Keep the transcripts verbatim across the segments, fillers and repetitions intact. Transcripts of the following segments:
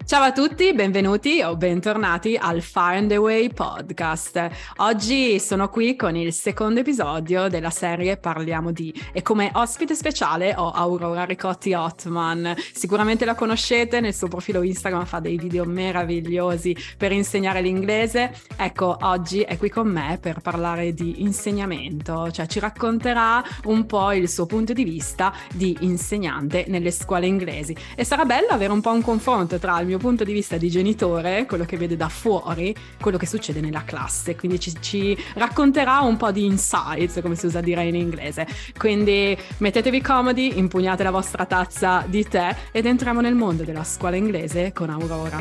Ciao a tutti, benvenuti o bentornati al Find the Way podcast. Oggi sono qui con il secondo episodio della serie Parliamo di e come ospite speciale ho Aurora Ricotti Ottman. Sicuramente la conoscete, nel suo profilo Instagram fa dei video meravigliosi per insegnare l'inglese. Ecco, oggi è qui con me per parlare di insegnamento, cioè ci racconterà un po' il suo punto di vista di insegnante nelle scuole inglesi e sarà bello avere un po' un confronto tra il mio punto di vista di genitore, quello che vede da fuori, quello che succede nella classe, quindi ci, ci racconterà un po' di insights, come si usa a dire in inglese. Quindi mettetevi comodi, impugnate la vostra tazza di tè ed entriamo nel mondo della scuola inglese con Aurora.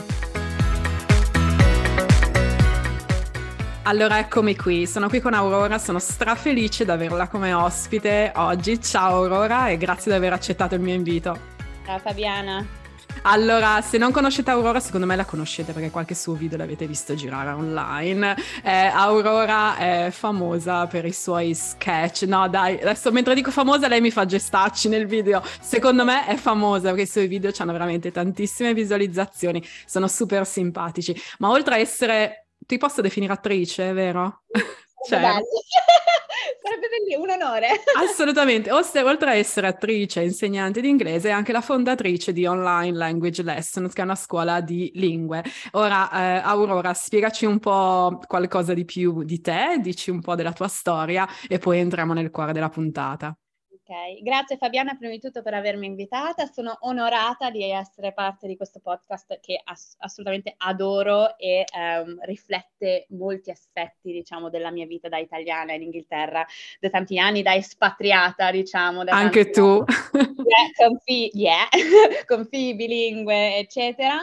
Allora eccomi qui, sono qui con Aurora, sono strafelice di averla come ospite oggi. Ciao Aurora e grazie di aver accettato il mio invito. Ciao Fabiana. Allora, se non conoscete Aurora, secondo me la conoscete perché qualche suo video l'avete visto girare online. Eh, Aurora è famosa per i suoi sketch. No, dai, adesso mentre dico famosa lei mi fa gestacci nel video. Secondo me è famosa perché i suoi video hanno veramente tantissime visualizzazioni, sono super simpatici. Ma oltre a essere, ti posso definire attrice, vero? Cioè, sarebbe bellissimo, un onore. Assolutamente, oltre a essere attrice e insegnante di inglese è anche la fondatrice di Online Language Lessons, che è una scuola di lingue. Ora, eh, Aurora, spiegaci un po' qualcosa di più di te, dici un po' della tua storia e poi entriamo nel cuore della puntata. Ok, grazie Fabiana prima di tutto per avermi invitata, sono onorata di essere parte di questo podcast che ass- assolutamente adoro e um, riflette molti aspetti, diciamo, della mia vita da italiana in Inghilterra, da tanti anni, da espatriata, diciamo. Da Anche tu. Yeah, con, fi- yeah. con figli bilingue, eccetera.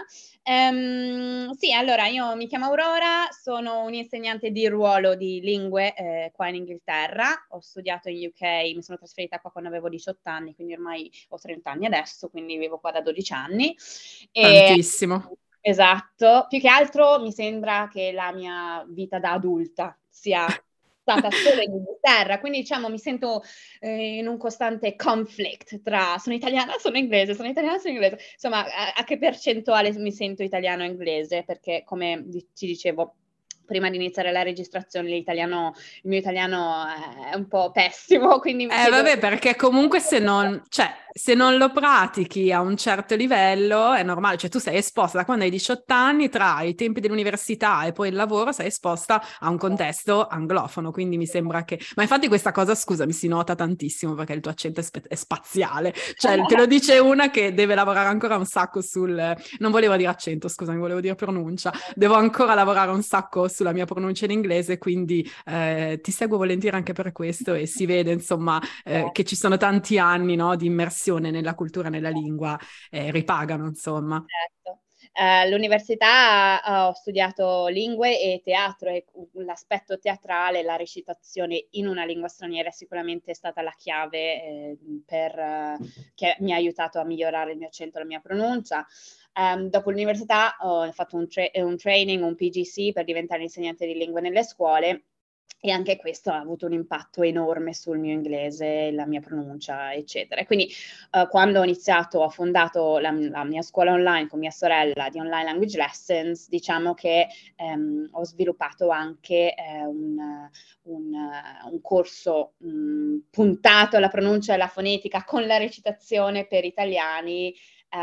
Um, sì, allora io mi chiamo Aurora, sono un'insegnante di ruolo di lingue eh, qua in Inghilterra, ho studiato in U K, mi sono trasferita qua quando avevo diciotto anni, quindi ormai ho trenta anni adesso, quindi vivo qua da dodici anni. E, Tantissimo. Esatto, più che altro mi sembra che la mia vita da adulta sia stata solo in Inghilterra, quindi diciamo mi sento eh, in un costante conflict tra sono italiana, sono inglese, sono italiana, sono inglese, insomma a, a che percentuale mi sento italiano e inglese, perché come ti dicevo prima di iniziare la registrazione l'italiano, il mio italiano è un po' pessimo, quindi mi Eh chiedo... vabbè, perché comunque se non, cioè, se non lo pratichi a un certo livello è normale, cioè tu sei esposta da quando hai diciotto anni tra i tempi dell'università e poi il lavoro, sei esposta a un contesto anglofono, quindi mi sembra che... Ma infatti questa cosa, scusa, mi si nota tantissimo perché il tuo accento è, spe- è spaziale, cioè te lo dice una che deve lavorare ancora un sacco sul... Non volevo dire accento, scusami, volevo dire pronuncia, devo ancora lavorare un sacco sulla mia pronuncia in inglese, quindi eh, ti seguo volentieri anche per questo e si vede insomma eh, che ci sono tanti anni, no, di immersione nella cultura, nella lingua, eh, ripagano insomma. Certo. Uh, all'università uh, ho studiato lingue e teatro e l'aspetto teatrale, la recitazione in una lingua straniera è sicuramente stata la chiave eh, per, uh, che mi ha aiutato a migliorare il mio accento e la mia pronuncia. Um, dopo l'università ho fatto un, tra- un training, un P G C per diventare insegnante di lingue nelle scuole. E anche questo ha avuto un impatto enorme sul mio inglese, la mia pronuncia, eccetera. E quindi uh, quando ho iniziato, ho fondato la, la mia scuola online con mia sorella di Online Language Lessons, diciamo che um, ho sviluppato anche uh, un, un, uh, un corso um, puntato alla pronuncia e alla fonetica con la recitazione per italiani,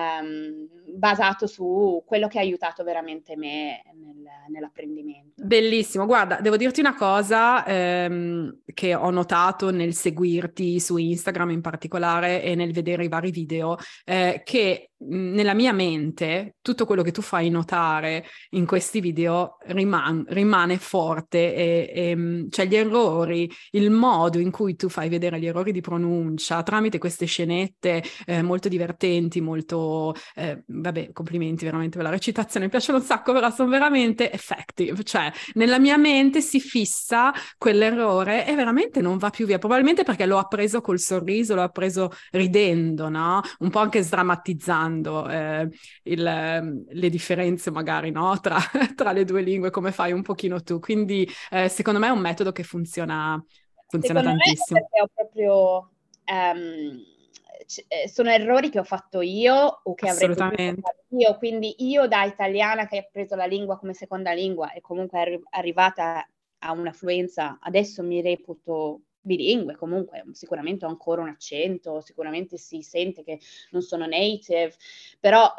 Um, basato su quello che ha aiutato veramente me nel, nell'apprendimento. Bellissimo, guarda, devo dirti una cosa ehm, che ho notato nel seguirti su Instagram in particolare e nel vedere i vari video, eh, che mh, nella mia mente tutto quello che tu fai notare in questi video riman- rimane forte, e, e, mh, cioè gli errori, il modo in cui tu fai vedere gli errori di pronuncia tramite queste scenette eh, molto divertenti, molto, eh, vabbè, complimenti veramente per la recitazione, mi piacciono un sacco, però sono veramente effective, cioè nella mia mente si fissa quell'errore e veramente non va più via, probabilmente perché l'ho appreso col sorriso, l'ho appreso ridendo, no? Un po' anche sdrammatizzando eh, il, le differenze magari, no? Tra, tra le due lingue, come fai un pochino tu. Quindi eh, secondo me è un metodo che funziona, funziona Secondo me è tantissimo. perché ho proprio... Um, c- eh, sono errori che ho fatto io o che avrei potuto Assolutamente. fare io, quindi io da italiana che ho preso la lingua come seconda lingua e comunque è arri- arrivata a una fluenza, adesso mi reputo bilingue, comunque sicuramente ho ancora un accento, sicuramente si sente che non sono native, però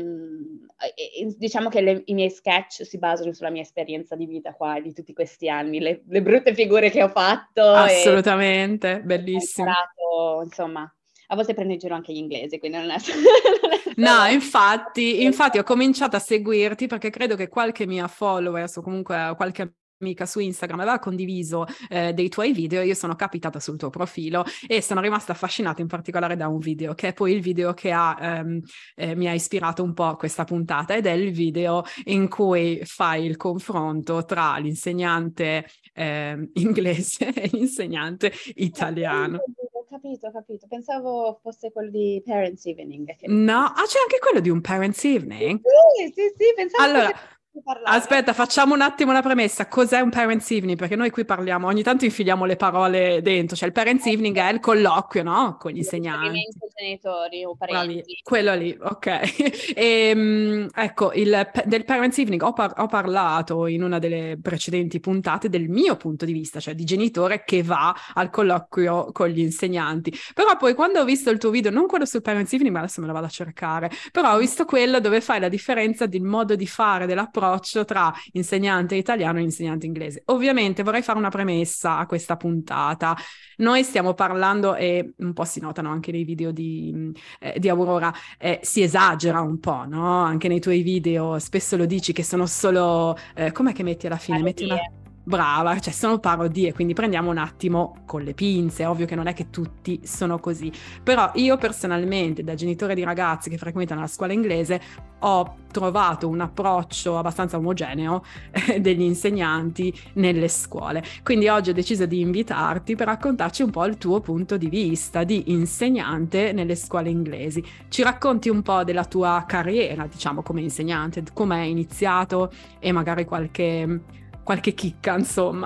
um, eh, diciamo che le, i miei sketch si basano sulla mia esperienza di vita qua di tutti questi anni, le, le brutte figure che ho fatto e Assolutamente, ho bellissimo. imparato, insomma, a volte prendo in giro anche gli inglesi, quindi non è, non è No, solo... infatti, infatti ho cominciato a seguirti perché credo che qualche mia followers o comunque qualche amica su Instagram aveva condiviso eh, dei tuoi video, io sono capitata sul tuo profilo e sono rimasta affascinata in particolare da un video, che è poi il video che ha, ehm, eh, mi ha ispirato un po' a questa puntata, ed è il video in cui fai il confronto tra l'insegnante eh, inglese e l'insegnante italiano. Ho capito, ho capito. Pensavo fosse quello di Parents Evening. Che... No, ah, c'è anche quello di un Parents Evening? Sì, sì, sì, pensavo Allora, fosse di parlare. aspetta, facciamo un attimo una premessa. Cos'è un Parents Evening? Perché noi qui parliamo, ogni tanto infiliamo le parole dentro. Cioè il Parents Evening è il colloquio, no? Con gli insegnanti. Riferimento ai genitori o Bravi, parenti. quello lì, ok. E, mh, ecco, il, del Parents Evening ho, par- ho parlato in una delle precedenti puntate del mio punto di vista, cioè di genitore che va al colloquio con gli insegnanti. Però poi quando ho visto il tuo video, non quello sul Parents Evening, ma adesso me lo vado a cercare, però ho visto quello dove fai la differenza del modo di fare, dell'approccio tra insegnante italiano e insegnante inglese. Ovviamente vorrei fare una premessa a questa puntata. Noi stiamo parlando, e un po' si notano anche nei video di, eh, di Aurora, eh, si esagera un po', no? Anche nei tuoi video spesso lo dici che sono solo, eh, com'è che metti alla fine? Metti una... Parodie. Brava, cioè sono parodie, quindi prendiamo un attimo con le pinze, è ovvio che non è che tutti sono così, però io personalmente, da genitore di ragazzi che frequentano la scuola inglese, ho trovato un approccio abbastanza omogeneo eh, degli insegnanti nelle scuole. Quindi oggi ho deciso di invitarti per raccontarci un po' il tuo punto di vista di insegnante nelle scuole inglesi. Ci racconti un po' della tua carriera, diciamo, come insegnante, come hai iniziato e magari qualche, qualche chicca, insomma.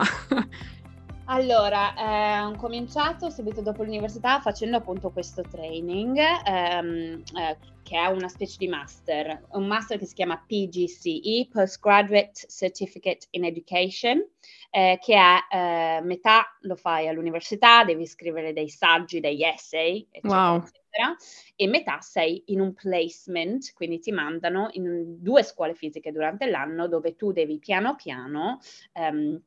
Allora, eh, ho cominciato subito dopo l'università facendo appunto questo training, ehm, eh, che è una specie di master, un master che si chiama P G C E, Postgraduate Certificate in Education, eh, che è eh, metà lo fai all'università, devi scrivere dei saggi, degli essay, eccetera, Wow. eccetera, e metà sei in un placement, quindi ti mandano in due scuole fisiche durante l'anno dove tu devi piano piano ehm,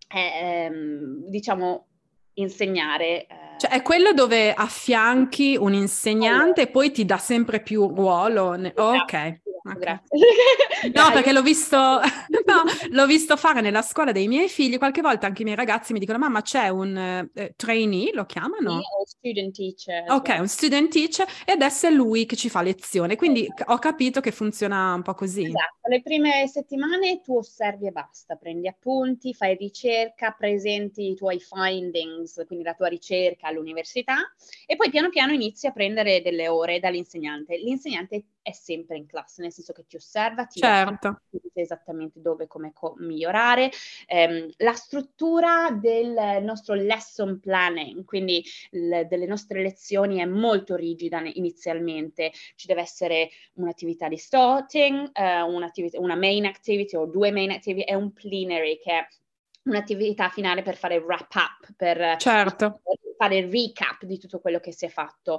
ehm, diciamo, insegnare. Eh. Cioè è quello dove affianchi un Allora, insegnante e poi ti dà sempre più ruolo. ne- Ok, grazie, ok. grazie. No, Dai, perché l'ho visto, no, io- l'ho visto fare nella scuola dei miei figli. Qualche volta anche i miei ragazzi mi dicono: Mamma, c'è un eh, eh, trainee, lo Sì, chiamano? o student teacher as Ok, well. un student teacher, e adesso è lui che ci fa lezione. Quindi c- ho capito che funziona un po' così. Esatto, le prime settimane tu osservi e basta, prendi appunti, fai ricerca, presenti i tuoi findings, quindi la tua ricerca all'università, e poi piano piano inizi a prendere delle ore dall'insegnante. L'insegnante è sempre in classe, nel senso che ti osserva, ti dà Certo. feedback, ti dice esattamente dove, come co- migliorare. Ehm, la struttura del nostro lesson planning, quindi il- delle nostre lezioni, è molto rigida inizialmente. Ci deve essere un'attività di starting, eh, un'attività, una main activity o due main activity e un plenary, che è un'attività finale per fare il wrap up, per eh, Certo. fare il recap di tutto quello che si è fatto.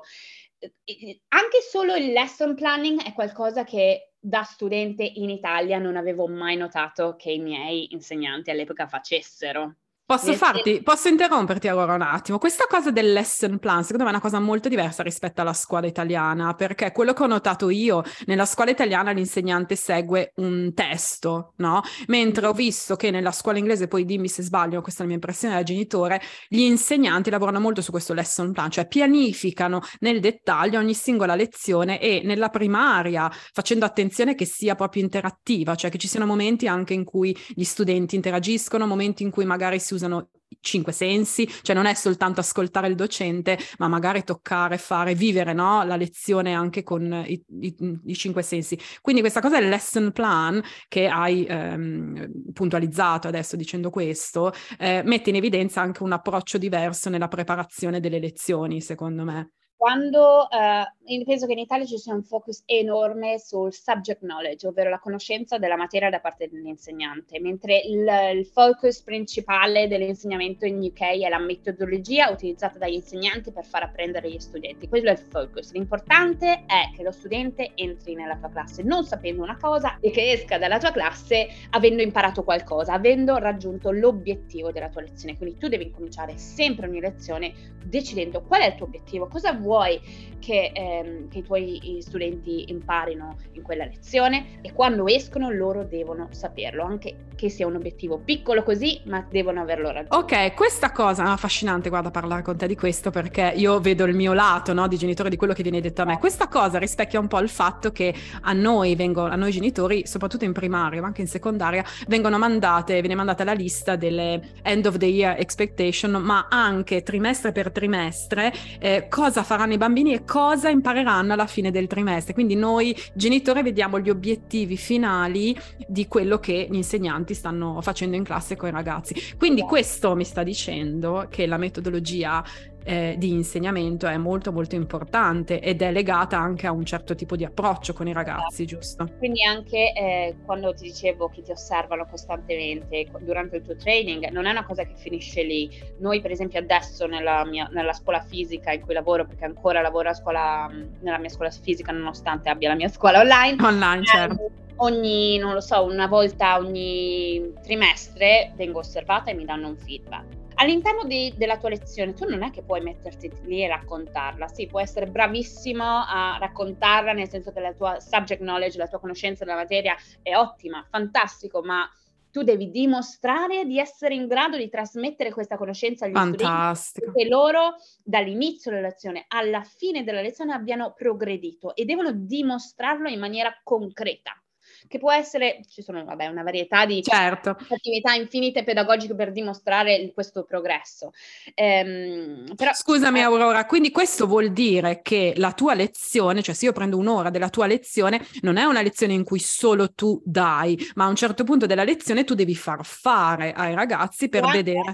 Anche solo il lesson planning è qualcosa che da studente in Italia non avevo mai notato che i miei insegnanti all'epoca facessero. Posso Nel senso, farti, posso interromperti allora un attimo? Questa cosa del lesson plan, secondo me è una cosa molto diversa rispetto alla scuola italiana, perché quello che ho notato io, nella scuola italiana l'insegnante segue un testo, no? Mentre ho visto che nella scuola inglese, poi dimmi se sbaglio, questa è la mia impressione da genitore, gli insegnanti lavorano molto su questo lesson plan, cioè pianificano nel dettaglio ogni singola lezione, e nella primaria, facendo attenzione che sia proprio interattiva, cioè che ci siano momenti anche in cui gli studenti interagiscono, momenti in cui magari si usano cinque sensi, cioè non è soltanto ascoltare il docente, ma magari toccare, fare, vivere, no? La lezione anche con i, i, i cinque sensi. Quindi questa cosa del lesson plan che hai ehm, puntualizzato adesso dicendo questo, eh, mette in evidenza anche un approccio diverso nella preparazione delle lezioni, secondo me. Quando uh, penso che in Italia ci sia un focus enorme sul subject knowledge, ovvero la conoscenza della materia da parte dell'insegnante, mentre il, il focus principale dell'insegnamento in U K è la metodologia utilizzata dagli insegnanti per far apprendere gli studenti. Quello è il focus. L'importante è che lo studente entri nella tua classe non sapendo una cosa e che esca dalla tua classe avendo imparato qualcosa, avendo raggiunto l'obiettivo della tua lezione. Quindi tu devi cominciare sempre ogni lezione decidendo qual è il tuo obiettivo, cosa vuoi che, ehm, che i tuoi studenti imparino in quella lezione, e quando escono loro devono saperlo, anche che sia un obiettivo piccolo così, ma devono averlo raggiunto. Ok, questa cosa è affascinante, guarda, parlare con te di questo, perché io vedo il mio lato, no, di genitore, di quello che viene detto a me. Questa cosa rispecchia un po' il fatto che a noi vengono, a noi genitori, soprattutto in primaria ma anche in secondaria, vengono mandate, viene mandata la lista delle end of the year expectation, ma anche trimestre per trimestre, eh, cosa faranno i bambini e cosa impareranno alla fine del trimestre. Quindi noi genitori vediamo gli obiettivi finali di quello che gli insegnanti stanno facendo in classe con i ragazzi. Quindi questo mi sta dicendo che la metodologia eh, di insegnamento è molto molto importante ed è legata anche a un certo tipo di approccio con i ragazzi, giusto? Quindi anche eh, quando ti dicevo che ti osservano costantemente durante il tuo training, non è una cosa che finisce lì. Noi per esempio adesso nella, mia, nella scuola fisica in cui lavoro, perché ancora lavoro a scuola, nella mia scuola fisica nonostante abbia la mia scuola online, online eh, certo. Ogni, non lo so, una volta ogni trimestre vengo osservata e mi danno un feedback. All'interno di, della tua lezione tu non è che puoi metterti lì e raccontarla. Sì, puoi essere bravissimo a raccontarla, nel senso che la tua subject knowledge, la tua conoscenza della materia è ottima, fantastico, ma tu devi dimostrare di essere in grado di trasmettere questa conoscenza agli Fantastico. studenti, che loro dall'inizio della lezione alla fine della lezione abbiano progredito, e devono dimostrarlo in maniera concreta. Che può essere, ci sono vabbè una varietà di certo. attività infinite pedagogiche per dimostrare questo progresso. Ehm, però, Scusami eh, Aurora, quindi questo vuol dire che la tua lezione, cioè se io prendo un'ora della tua lezione, non è una lezione in cui solo tu dai, ma a un certo punto della lezione tu devi far fare ai ragazzi per vedere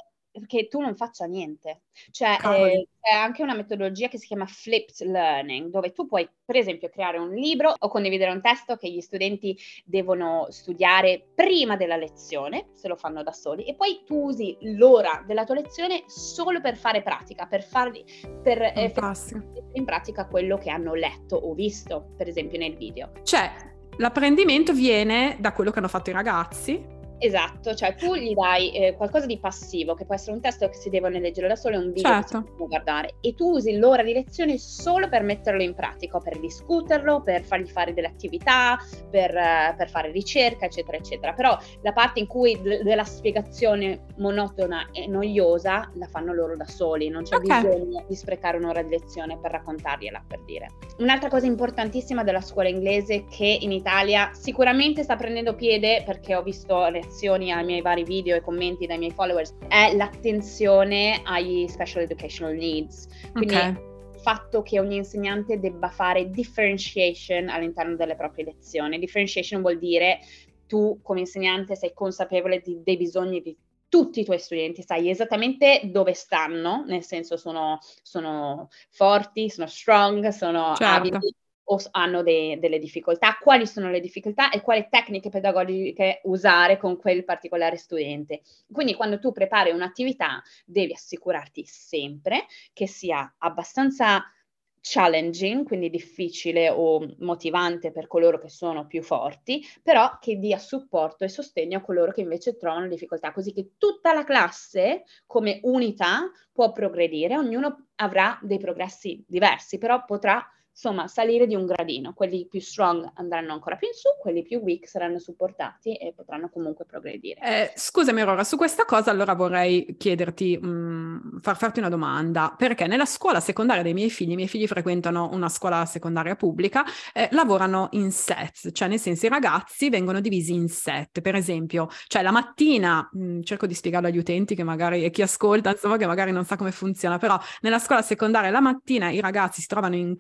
che tu non faccia niente. Cioè eh, c'è anche una metodologia che si chiama flipped learning, dove tu puoi per esempio creare un libro o condividere un testo che gli studenti devono studiare prima della lezione, se lo fanno da soli, e poi tu usi l'ora della tua lezione solo per fare pratica, per farli per eh, mettere in pratica quello che hanno letto o visto, per esempio nel video. Cioè l'apprendimento viene da quello che hanno fatto i ragazzi. Esatto, cioè tu gli dai eh, qualcosa di passivo, che può essere un testo che si devono leggere da solo e un video certo. che si possono guardare, e tu usi l'ora di lezione solo per metterlo in pratica, per discuterlo, per fargli fare delle attività, per, uh, per fare ricerca, eccetera, eccetera. Però la parte in cui d- della spiegazione monotona e noiosa la fanno loro da soli, non c'è okay. bisogno di sprecare un'ora di lezione per raccontargliela, per dire. Un'altra cosa importantissima della scuola inglese, che in Italia sicuramente sta prendendo piede, perché ho visto le ai miei vari video e commenti dai miei followers, è l'attenzione agli special educational needs. Quindi okay. il fatto che ogni insegnante debba fare differentiation all'interno delle proprie lezioni. Differentiation vuol dire tu come insegnante sei consapevole di, dei bisogni di tutti i tuoi studenti, sai esattamente dove stanno, nel senso sono, sono forti, sono strong, sono certo. abili o hanno de- delle difficoltà, quali sono le difficoltà e quali tecniche pedagogiche usare con quel particolare studente. Quindi quando tu prepari un'attività devi assicurarti sempre che sia abbastanza challenging, quindi difficile o motivante per coloro che sono più forti, però che dia supporto e sostegno a coloro che invece trovano difficoltà, così che tutta la classe come unità può progredire, ognuno avrà dei progressi diversi, però potrà insomma salire di un gradino. Quelli più strong andranno ancora più in su, quelli più weak saranno supportati e potranno comunque progredire. Eh, scusami Aurora, su questa cosa allora vorrei chiederti, mh, far farti una domanda, perché nella scuola secondaria dei miei figli, i miei figli frequentano una scuola secondaria pubblica, eh, lavorano in sets, cioè nel senso i ragazzi vengono divisi in set, per esempio, cioè la mattina, mh, cerco di spiegarlo agli utenti che magari, e chi ascolta, insomma, che magari non sa come funziona, però nella scuola secondaria la mattina i ragazzi si trovano in classe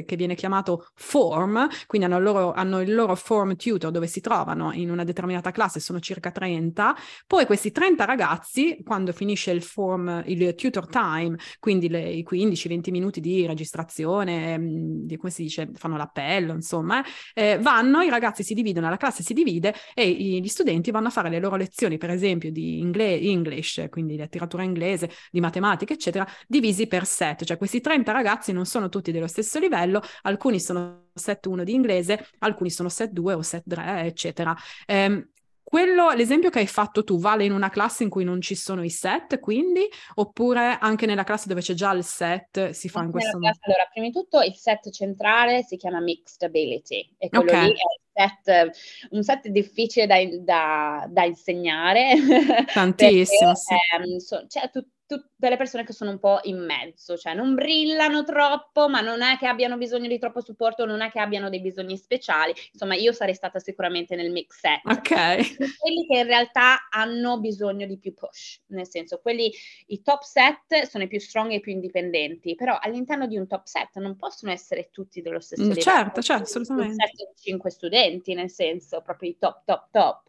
classe che viene chiamato form, quindi hanno il loro, hanno il loro form tutor dove si trovano in una determinata classe, sono circa trenta, poi questi trenta ragazzi, quando finisce il form, il tutor time, quindi le, i quindici venti minuti di registrazione, di, come si dice, fanno l'appello, insomma, eh, vanno, i ragazzi si dividono, la classe si divide e gli studenti vanno a fare le loro lezioni, per esempio di ingle- English, quindi letteratura inglese, di matematica, eccetera, divisi per set, cioè questi trenta ragazzi non sono tutti dello stesso livello, alcuni sono set uno di inglese, alcuni sono set due o set tre, eccetera. Um, quello, l'esempio che hai fatto tu vale in una classe in cui non ci sono i set, quindi, oppure anche nella classe dove c'è già il set si fa Anche in questo modo? Allora, prima di tutto il set centrale si chiama Mixed Ability e quello okay. lì è il set, un set difficile da, da, da insegnare tantissimo, perché sì. ehm, so, c'è tutte le persone che sono un po' in mezzo, cioè non brillano troppo, ma non è che abbiano bisogno di troppo supporto, non è che abbiano dei bisogni speciali, insomma io sarei stata sicuramente nel mix set. Ok. Quelli che in realtà hanno bisogno di più push, nel senso quelli, i top set sono i più strong e i più indipendenti, però all'interno di un top set non possono essere tutti dello stesso livello. Certo, certo, assolutamente. Un set di cinque studenti, nel senso proprio i top, top, top.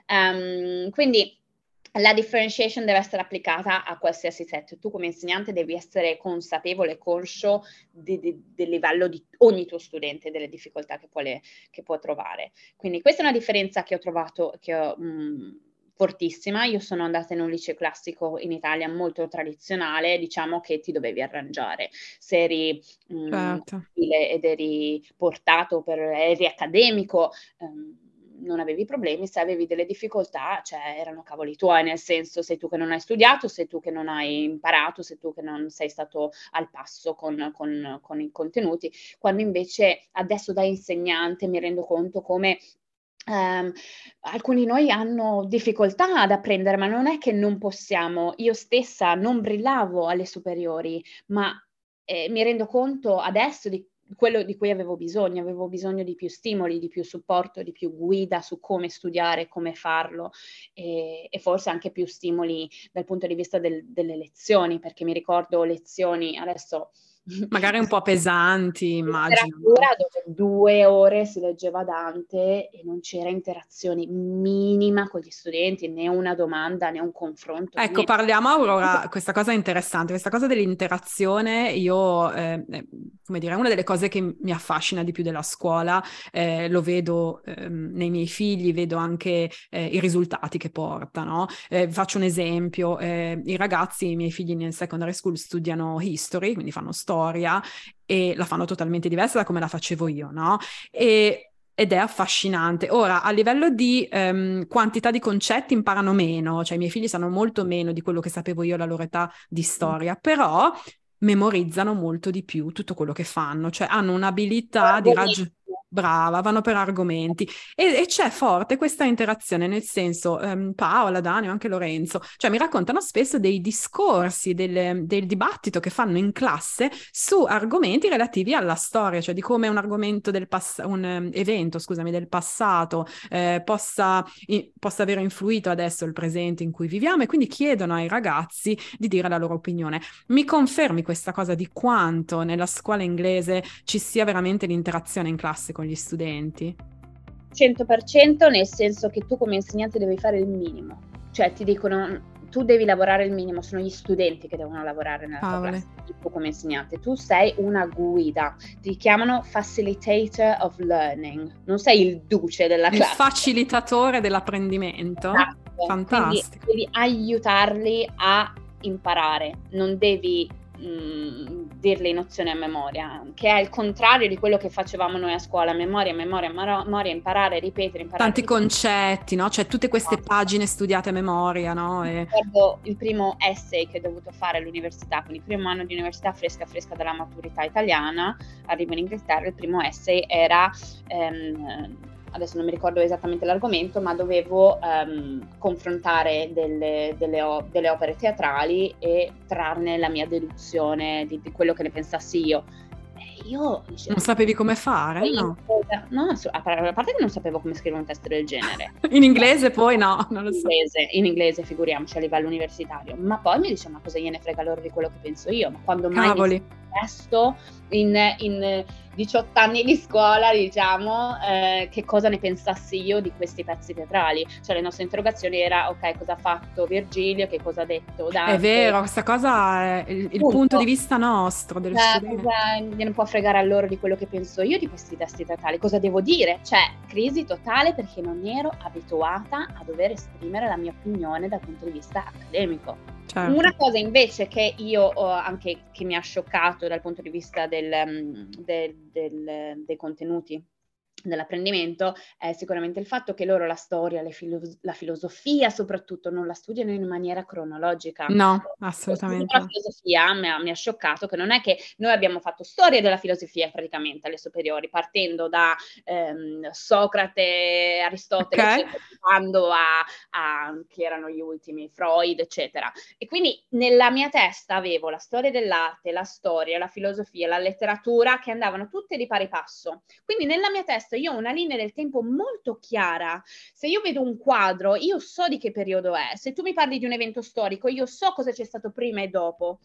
Um, quindi la differentiation deve essere applicata a qualsiasi set. Tu come insegnante devi essere consapevole, conscio di, di, del livello di ogni tuo studente, delle difficoltà che può, le, che può trovare. Quindi questa è una differenza che ho trovato, che ho, mh, fortissima. Io sono andata in un liceo classico in Italia molto tradizionale, diciamo che ti dovevi arrangiare. Se eri mh, certo. ed eri portato per, eri accademico, um, non avevi problemi, se avevi delle difficoltà, cioè erano cavoli tuoi, nel senso sei tu che non hai studiato, sei tu che non hai imparato, sei tu che non sei stato al passo con, con, con i contenuti, quando invece adesso da insegnante mi rendo conto come Um, alcuni di noi hanno difficoltà ad apprendere, ma non è che non possiamo. Io stessa non brillavo alle superiori, ma eh, mi rendo conto adesso di quello di cui avevo bisogno, avevo bisogno di più stimoli, di più supporto, di più guida su come studiare, come farlo e, e forse anche più stimoli dal punto di vista del, delle lezioni, perché mi ricordo lezioni adesso magari un po' pesanti, immagino. Letteratura dove due ore si leggeva Dante e non c'era interazione minima con gli studenti, né una domanda né un confronto. Ecco, niente. parliamo Aurora, questa cosa è interessante, questa cosa dell'interazione, io, eh, come dire, è una delle cose che mi affascina di più della scuola, eh, lo vedo eh, nei miei figli, vedo anche eh, i risultati che portano. Eh, faccio un esempio, eh, i ragazzi, i miei figli nel secondary school studiano history, quindi fanno storia, e la fanno totalmente diversa da come la facevo io, no? E ed è affascinante. Ora, a livello di um, quantità di concetti imparano meno, cioè i miei figli sanno molto meno di quello che sapevo io alla loro età di storia, però memorizzano molto di più tutto quello che fanno, cioè hanno un'abilità di ragionare. Brava, vanno per argomenti e, e c'è forte questa interazione, nel senso um, Paola, Dani, anche Lorenzo, cioè mi raccontano spesso dei discorsi, delle, del dibattito che fanno in classe su argomenti relativi alla storia, cioè di come un argomento del passato, un um, evento, scusami, del passato eh, possa, i, possa aver influito adesso il presente in cui viviamo, e quindi chiedono ai ragazzi di dire la loro opinione. Mi confermi questa cosa di quanto nella scuola inglese ci sia veramente l'interazione in classe con gli studenti? cento per cento, nel senso che tu come insegnante devi fare il minimo, cioè ti dicono tu devi lavorare il minimo, sono gli studenti che devono lavorare nella tua classe, tu come insegnante, tu sei una guida, ti chiamano facilitator of learning, non sei il duce della classe. Il facilitatore dell'apprendimento. Esatto. Fantastico. Quindi devi aiutarli a imparare, non devi mh, dirle nozioni a memoria, che è il contrario di quello che facevamo noi a scuola, memoria, memoria, memoria, imparare, ripetere, imparare. Tanti ripetere. concetti, no? Cioè tutte queste no. pagine studiate a memoria, no? E... ricordo il primo essay che ho dovuto fare all'università, quindi il primo anno di università fresca fresca dalla maturità italiana, arrivo in Inghilterra, il primo essay era... Ehm, adesso non mi ricordo esattamente l'argomento, ma dovevo um, confrontare delle, delle, o- delle opere teatrali e trarne la mia deduzione di, di quello che ne pensassi io. E io dicevo, non sapevi come fare? No, no, a parte che non sapevo come scrivere un testo del genere. In inglese poi no, non lo so. In inglese, in inglese figuriamoci a livello universitario, ma poi mi dice ma cosa gliene frega loro di quello che penso io, ma quando mai Cavoli. mi chiesto in, in diciotto anni di scuola, diciamo, eh, che cosa ne pensassi io di questi pezzi teatrali. Cioè le nostre interrogazioni era, ok, cosa ha fatto Virgilio, che cosa ha detto Dante. È vero, questa cosa è il, il punto di vista nostro, dello eh, studente. Cosa gliene può fregare a loro di quello che penso io di questi testi teatrali? Cosa devo dire? Cioè, crisi totale perché non ero abituata a dover esprimere la mia opinione dal punto di vista accademico. Certo. Una cosa invece che io ho anche che mi ha scioccato dal punto di vista del, del, del, dei contenuti dell'apprendimento è sicuramente il fatto che loro la storia, le filo- la filosofia soprattutto non la studiano in maniera cronologica. No, assolutamente. La filosofia mi ha, mi ha scioccato che non è che noi abbiamo fatto storia della filosofia praticamente alle superiori, partendo da ehm, Socrate, Aristotele, Okay. eccetera, arrivando a, a che erano gli ultimi, Freud, eccetera. E quindi nella mia testa avevo la storia dell'arte, la storia, la filosofia, la letteratura che andavano tutte di pari passo. Quindi nella mia testa io ho una linea del tempo molto chiara. Se io vedo un quadro, io so di che periodo è. Se tu mi parli di un evento storico, io so cosa c'è stato prima e dopo.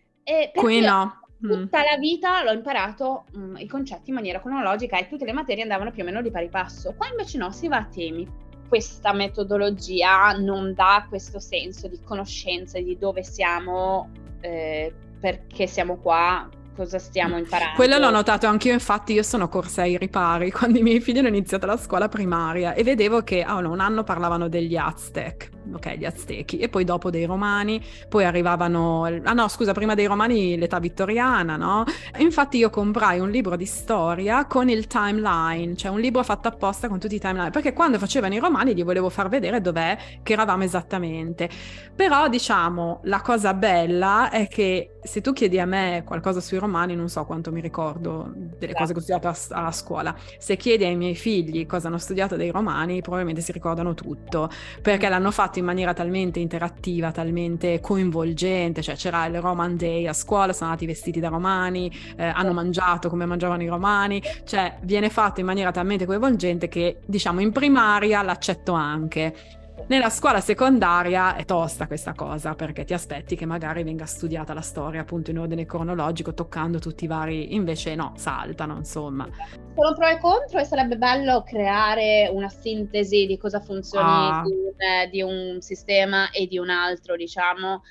E Qui perché no. tutta la vita l'ho imparato mh, i concetti in maniera cronologica e tutte le materie andavano più o meno di pari passo. Qua invece no, si va a temi. Questa metodologia non dà questo senso di conoscenza di dove siamo, eh, perché siamo qua, cosa stiamo imparando. Quello l'ho notato anch'io, infatti io sono corsa ai ripari quando i miei figli hanno iniziato la scuola primaria e vedevo che oh no, un anno parlavano degli Aztec, ok, gli Aztechi, e poi dopo dei Romani, poi arrivavano, ah no scusa, prima dei Romani l'età vittoriana, no? E infatti io comprai un libro di storia con il timeline, cioè un libro fatto apposta con tutti i timeline, perché quando facevano i Romani gli volevo far vedere dov'è che eravamo esattamente. Però diciamo, la cosa bella è che se tu chiedi a me qualcosa sui Romani, non so quanto mi ricordo delle cose che ho studiato a, a scuola. Se chiedi ai miei figli cosa hanno studiato dei Romani, probabilmente si ricordano tutto, perché l'hanno fatto in maniera talmente interattiva, talmente coinvolgente, cioè c'era il Roman Day a scuola, sono andati vestiti da romani, eh, hanno mangiato come mangiavano i romani, cioè viene fatto in maniera talmente coinvolgente che diciamo in primaria l'accetto anche. Nella scuola secondaria è tosta questa cosa, perché ti aspetti che magari venga studiata la storia appunto in ordine cronologico, toccando tutti i vari, invece no, saltano, insomma. Sono pro e contro e sarebbe bello creare una sintesi di cosa funzioni Ah. di, un, di un sistema e di un altro, diciamo.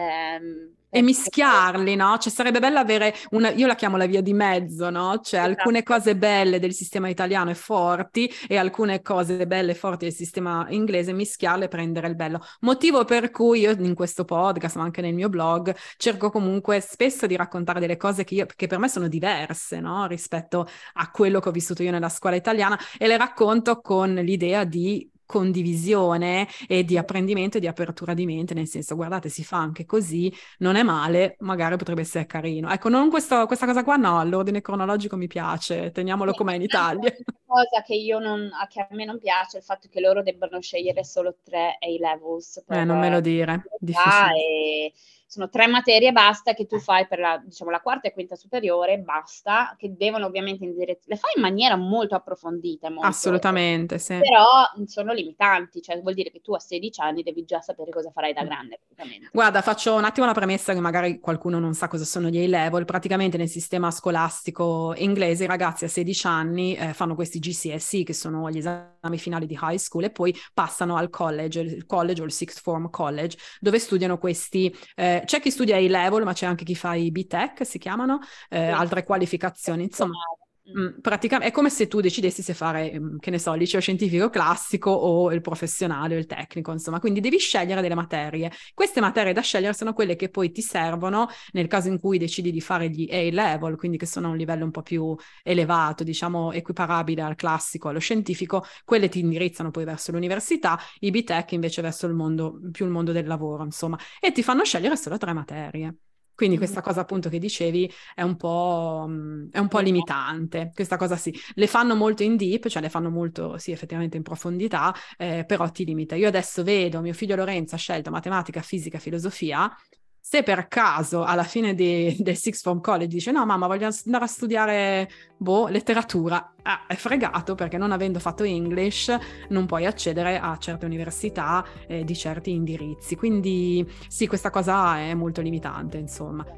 Ehm, E mischiarli, no? Cioè sarebbe bello avere una, io la chiamo la via di mezzo, no? Cioè Esatto. Alcune cose belle del sistema italiano e forti e alcune cose belle e forti del sistema inglese, mischiarle e prendere il bello. Motivo per cui io in questo podcast, ma anche nel mio blog, cerco comunque spesso di raccontare delle cose che, io, che per me sono diverse, no? Rispetto a quello che ho vissuto io nella scuola italiana, e le racconto con l'idea di condivisione e di apprendimento e di apertura di mente, nel senso, guardate, si fa anche così, non è male, magari potrebbe essere carino. Ecco, non questo, questa cosa qua no, l'ordine cronologico mi piace, teniamolo com'è in Italia. Una cosa che, io non, che a me non piace è il fatto che loro debbano scegliere solo tre A-levels. Per, Eh, non me lo dire, difficile. E sono tre materie e basta che tu fai per la, diciamo, la quarta e quinta superiore, basta, che devono ovviamente indirizzare, le fai in maniera molto approfondita. Molto, assolutamente, sì. Però sono limitanti, cioè vuol dire che tu a sedici anni devi già sapere cosa farai da grande. Guarda, faccio un attimo la premessa che magari qualcuno non sa cosa sono gli A-level. Praticamente nel sistema scolastico inglese i ragazzi a sedici anni eh, fanno questi G C S E, che sono gli esami finali di high school, e poi passano al college, il college o il sixth form college, dove studiano questi, eh, c'è chi studia A-level, ma c'è anche chi fa i B Tech, si chiamano, eh, sì. Altre qualificazioni, insomma. Mm, praticamente è come se tu decidessi se fare, che ne so, il liceo scientifico classico o il professionale o il tecnico, insomma, quindi devi scegliere delle materie. Queste materie da scegliere sono quelle che poi ti servono nel caso in cui decidi di fare gli A-level, quindi che sono a un livello un po' più elevato, diciamo equiparabile al classico, allo scientifico. Quelle ti indirizzano poi verso l'università, i B Tech invece verso il mondo, più il mondo del lavoro, insomma, e ti fanno scegliere solo tre materie. Quindi questa cosa appunto che dicevi è un po', è un po' limitante, questa cosa sì. Le fanno molto in deep, cioè le fanno molto, sì, effettivamente in profondità, eh, però ti limita. Io adesso vedo mio figlio Lorenzo ha scelto matematica, fisica, filosofia. Se per caso alla fine di, del Sixth Form College dice no mamma voglio andare a studiare boh, letteratura, ah, è fregato, perché non avendo fatto English non puoi accedere a certe università eh, di certi indirizzi, quindi sì, questa cosa è molto limitante, insomma.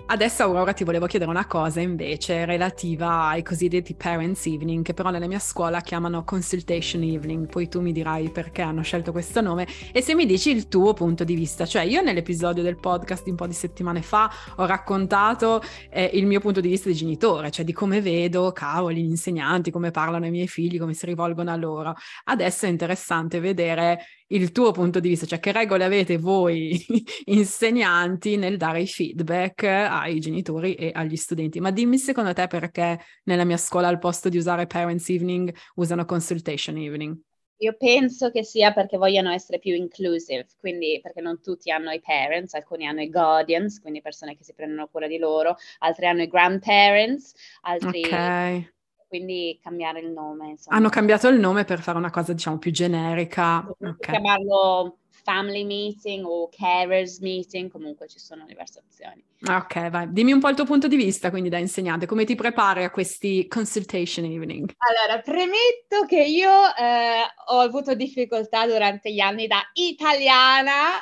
Adesso Aurora ti volevo chiedere una cosa invece relativa ai cosiddetti Parents Evening, che però nella mia scuola chiamano Consultation Evening, poi tu mi dirai perché hanno scelto questo nome e se mi dici il tuo punto di vista. Cioè io nell'episodio del podcast un po' di settimane fa ho raccontato eh, il mio punto di vista di genitore, cioè di come vedo, cavoli, gli insegnanti, come parlano ai miei figli, come si rivolgono a loro. Adesso è interessante vedere il tuo punto di vista, cioè che regole avete voi insegnanti nel dare i feedback ai genitori e agli studenti. Ma dimmi secondo te perché nella mia scuola al posto di usare Parents Evening usano Consultation Evening? Io penso che sia perché vogliono essere più inclusive, quindi perché non tutti hanno i parents, alcuni hanno i guardians, quindi persone che si prendono cura di loro, altri hanno i grandparents, altri... Ok. Quindi cambiare il nome, insomma. Hanno cambiato il nome per fare una cosa, diciamo, più generica. Ok. Chiamarlo family meeting o carers meeting, comunque ci sono diverse opzioni. Ok, vai. Dimmi un po' il tuo punto di vista, quindi da insegnante, come ti prepari a questi consultation evening? Allora, premetto che io eh, ho avuto difficoltà durante gli anni da italiana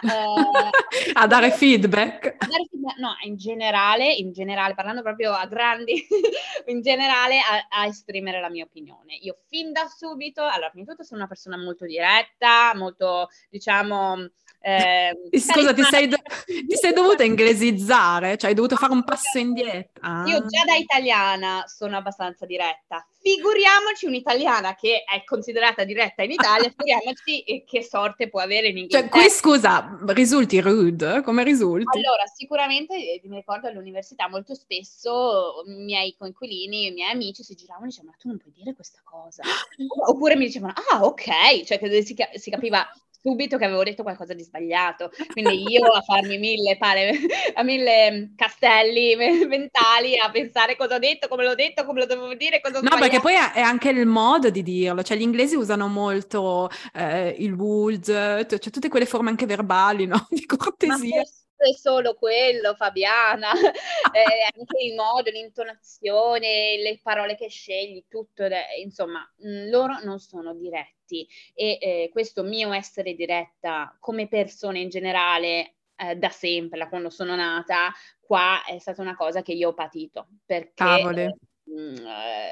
eh, a dare feedback. A dare feedback, no, in generale, in generale, parlando proprio a grandi, in generale a, a esprimere la mia opinione. Io fin da subito, allora, prima di tutto sono una persona molto diretta, molto, diciamo... Eh, Scusa, ti sei, do- ti sei dovuta inglesizzare? Cioè hai dovuto fare un passo indietro? Ah. Io già da italiana sono abbastanza diretta. Figuriamoci un'italiana che è considerata diretta in Italia, figuriamoci che sorte può avere in Inghilterra. Cioè, qui scusa, risulti rude? Come risulti? Allora, sicuramente eh, mi ricordo all'università molto spesso i miei coinquilini, i miei amici si giravano e dicevano: ma tu non puoi dire questa cosa. Oppure mi dicevano: ah, ok, cioè che si, si capiva subito che avevo detto qualcosa di sbagliato, quindi io a farmi mille pare, a mille castelli mentali, a pensare cosa ho detto, come l'ho detto, come lo dovevo dire, cosa ho no, sbagliato. perché poi è anche il modo di dirlo, cioè gli inglesi usano molto eh, il would, cioè tutte quelle forme anche verbali, no? Di cortesia. Ma è solo quello, Fabiana, eh, anche il modo, l'intonazione, le parole che scegli, tutto, insomma, mh, loro non sono diretti e eh, questo mio essere diretta come persona in generale eh, da sempre, da quando sono nata, qua è stata una cosa che io ho patito, perché eh, mh,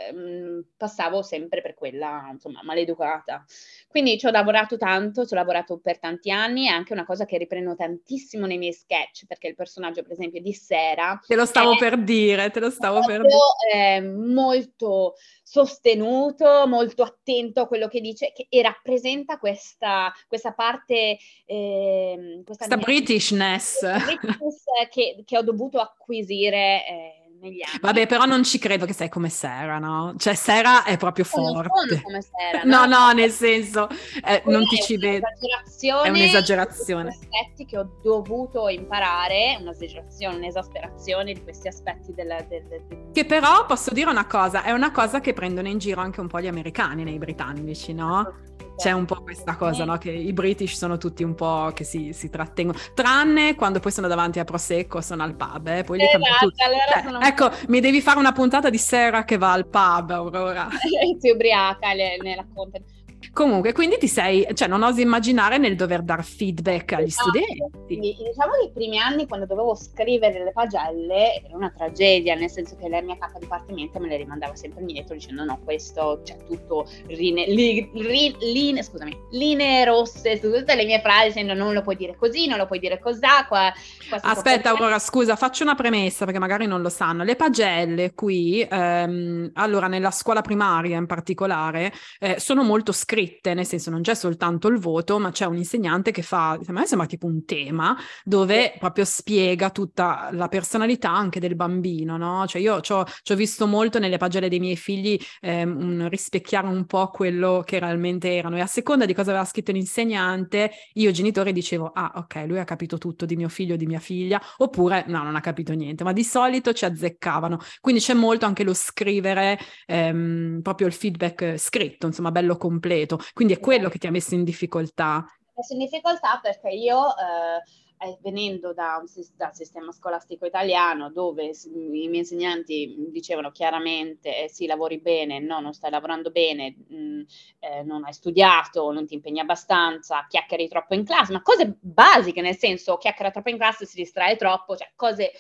eh, passavo sempre per quella, insomma, maleducata. Quindi ci ho lavorato tanto, ci ho lavorato per tanti anni, è anche una cosa che riprendo tantissimo nei miei sketch, perché il personaggio, per esempio, di Sera... Te lo stavo è per dire, te lo stavo molto, per dire. Eh, molto sostenuto, molto attento a quello che dice che, e rappresenta questa, questa parte... Eh, questa questa mia, Britishness. questa Britishness che, che ho dovuto acquisire... Eh, negli anni. Vabbè, però non ci credo che sei come Sera, no? Cioè Sera è proprio forte. Non sono come Sera, no? No, no, nel senso, eh, non ti ci vedo. È un'esagerazione. Aspetti che ho dovuto imparare, un'esagerazione, un'esasperazione di questi aspetti della, del, del... Che però, posso dire una cosa, è una cosa che prendono in giro anche un po' gli americani nei britannici, no? C'è un po' questa cosa, no? Che i British sono tutti un po' che si, si trattengono, tranne quando poi sono davanti a Prosecco, sono al pub, eh? Poi li esatto, cambia tutto. allora Cioè, sono... Ecco, mi devi fare una puntata di Sera che va al pub, Aurora. si ubriaca e le, ne racconta. Comunque, quindi ti sei, cioè non osi immaginare nel dover dar feedback agli esatto. studenti. Diciamo che i primi anni quando dovevo scrivere le pagelle era una tragedia, nel senso che la mia capa dipartimento me le rimandava sempre indietro dicendo no, questo c'è cioè, tutto rine, li, ri, line, scusami, linee rosse su tutte le mie frasi dicendo non lo puoi dire così, non lo puoi dire cos'ha. Qua, qua Aspetta, Aurora, scusa, faccio una premessa perché magari non lo sanno. Le pagelle qui, ehm, allora nella scuola primaria in particolare, eh, sono molto scritte, nel senso non c'è soltanto il voto, ma c'è un insegnante che fa, a me sembra tipo un tema, dove sì. proprio spiega tutta la personalità anche del bambino, no? Cioè io ci ho visto molto nelle pagelle dei miei figli ehm, un, rispecchiare un po' quello che realmente erano e a seconda di cosa aveva scritto l'insegnante, io genitore dicevo, ah ok, lui ha capito tutto di mio figlio, di mia figlia, oppure no, non ha capito niente, ma di solito ci azzeccavano. Quindi c'è molto anche lo scrivere, ehm, proprio il feedback scritto, insomma, bello completo. Quindi è quello che ti ha messo in difficoltà. Mi ha messo in difficoltà perché io, eh, venendo da un dal sistema scolastico italiano, dove i miei insegnanti dicevano chiaramente eh, sì, lavori bene, no, non stai lavorando bene, mh, eh, non hai studiato, non ti impegni abbastanza, chiacchieri troppo in classe, ma cose basiche, nel senso chiacchiera troppo in classe, si distrae troppo, cioè cose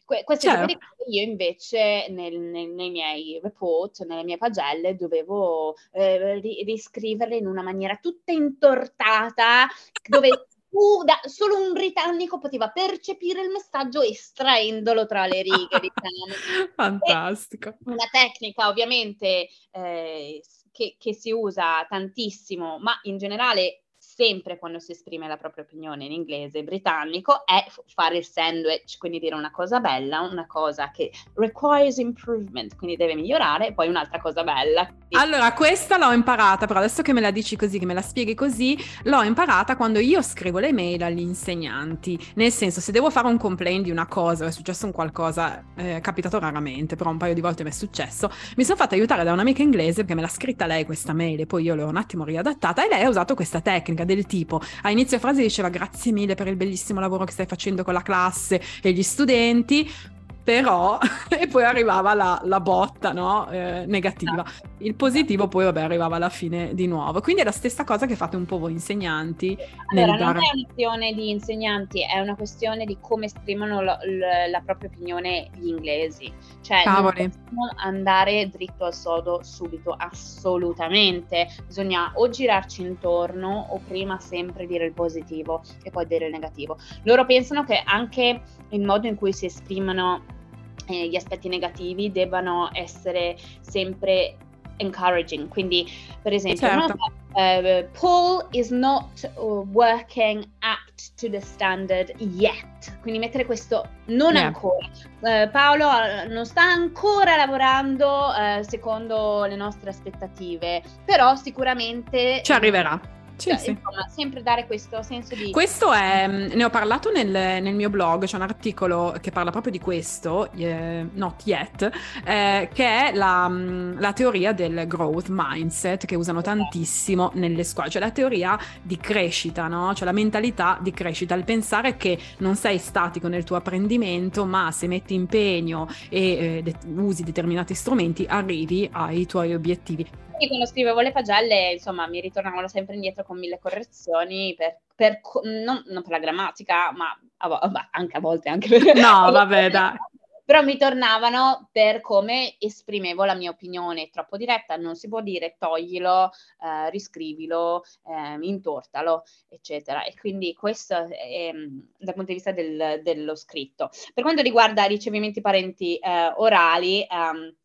Que- questo tipo di Certo. cose io invece nel- nel- nei miei report, nelle mie pagelle, dovevo eh, ri- riscriverle in una maniera tutta intortata, dove tu, da- solo un britannico poteva percepire il messaggio estraendolo tra le righe, diciamo. E Fantastico. una tecnica ovviamente eh, che, che si usa tantissimo, ma in generale sempre quando si esprime la propria opinione in inglese britannico, è f- fare il sandwich, quindi dire una cosa bella, una cosa che requires improvement, quindi deve migliorare, e poi un'altra cosa bella. Allora, questa l'ho imparata, però adesso che me la dici così, che me la spieghi così, l'ho imparata quando io scrivo le mail agli insegnanti. Nel senso, se devo fare un complaint di una cosa, è successo un qualcosa, eh, è capitato raramente, però un paio di volte mi è successo, mi sono fatta aiutare da un'amica inglese perché me l'ha scritta lei questa mail e poi io l'ho un attimo riadattata e lei ha usato questa tecnica del tipo, a inizio frase diceva grazie mille per il bellissimo lavoro che stai facendo con la classe e gli studenti, però, e poi arrivava la, la botta, no? Eh, negativa. Il positivo poi, vabbè, arrivava alla fine di nuovo. Quindi è la stessa cosa che fate un po' voi insegnanti Allora, nel non dare... è una questione di insegnanti, è una questione di come esprimono lo- l- la propria opinione gli inglesi. Cioè, non Cavoli. possiamo andare dritto al sodo subito, assolutamente. Bisogna o girarci intorno o prima sempre dire il positivo e poi dire il negativo. Loro pensano che anche il modo in cui si esprimono eh, gli aspetti negativi debbano essere sempre encouraging. Quindi, per esempio, no? Certo. Uh, Paul is not uh, working at to the standard yet. Quindi mettere questo non Yeah. ancora. Uh, Paolo uh, non sta ancora lavorando uh, secondo le nostre aspettative, però sicuramente Ci arriverà. Sì, cioè, sì. insomma, sempre dare questo senso di... Questo è, ne ho parlato nel, nel mio blog, c'è un articolo che parla proprio di questo, eh, Not Yet, eh, che è la, la teoria del growth mindset che usano tantissimo nelle scuole, cioè la teoria di crescita, no? Cioè la mentalità di crescita, il pensare che non sei statico nel tuo apprendimento, ma se metti impegno e eh, de- usi determinati strumenti arrivi ai tuoi obiettivi. Quindi quando scrivevo le pagelle, insomma, mi ritornavano sempre indietro con mille correzioni per, per co- non, non per la grammatica, ma a vo- vabbè, anche a volte anche per... No, vabbè, dai. Però mi tornavano per come esprimevo la mia opinione, troppo diretta, non si può dire toglilo, eh, riscrivilo, eh, intortalo, eccetera. E quindi questo è, dal punto di vista del- dello scritto. Per quanto riguarda i ricevimenti parenti eh, orali, ehm,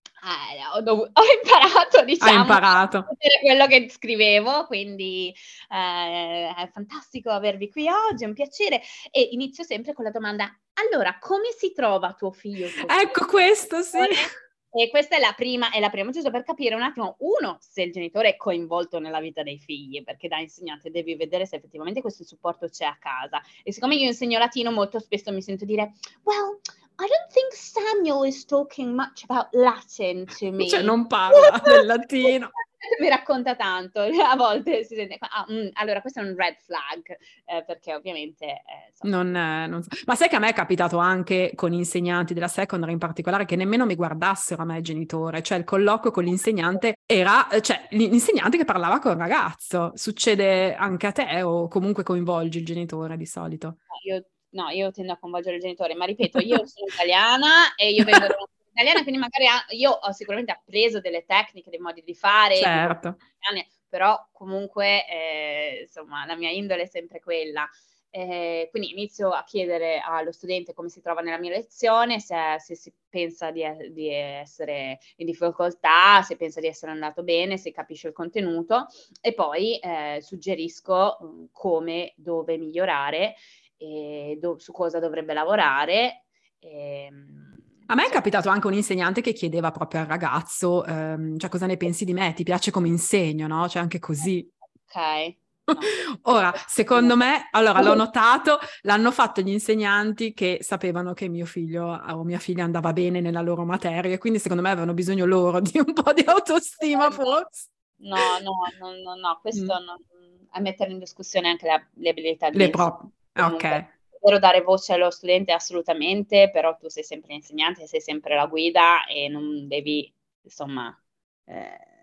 eh, ho, dov- ho imparato, diciamo, Hai imparato. a scrivere quello che scrivevo, quindi eh, è fantastico avervi qui oggi, è un piacere. E inizio sempre con la domanda: allora, come si trova tuo figlio? Tuo Ecco questo, sì. E questa è la prima, è la prima, giusto per capire un attimo, uno, se il genitore è coinvolto nella vita dei figli, perché da insegnante devi vedere se effettivamente questo supporto c'è a casa. E siccome io insegno latino, molto spesso mi sento dire, well, I don't think Samuel is talking much about Latin to me. Cioè non parla del latino. Mi racconta tanto, a volte si sente, ah, mm, allora questo è un red flag, eh, perché ovviamente... Eh, insomma, Non, eh, non so. Ma sai che a me è capitato anche con insegnanti della secondary in particolare che nemmeno mi guardassero a me genitore, cioè il colloquio con l'insegnante era, cioè l'insegnante che parlava col ragazzo. Succede anche a te o comunque coinvolgi il genitore di solito? io, no, io tendo a coinvolgere il genitore, ma ripeto, io sono italiana e io vengo da una famiglia italiana, quindi magari ha- io ho sicuramente appreso delle tecniche, dei modi di fare, di Certo. però comunque eh, insomma la mia indole è sempre quella. Eh, quindi inizio a chiedere allo studente come si trova nella mia lezione, se, se si pensa di, di essere in difficoltà, se pensa di essere andato bene, se capisce il contenuto e poi eh, suggerisco um, come, dove migliorare, e do, su cosa dovrebbe lavorare. E, A me è capitato anche un insegnante che chiedeva proprio al ragazzo, ehm, cioè cosa ne pensi di me? Ti piace come insegno, no? Cioè anche così. Ok. No. Ora, secondo me, allora l'ho notato, l'hanno fatto gli insegnanti che sapevano che mio figlio o mia figlia andava bene nella loro materia, quindi secondo me avevano bisogno loro di un po' di autostima forse. No, no, no, no, no, questo Mm. non, a mettere in discussione anche la, le abilità di Le insegnare. pro... Comunque, Ok. è vero dare voce allo studente assolutamente, però tu sei sempre l'insegnante, sei sempre la guida e non devi, insomma, eh,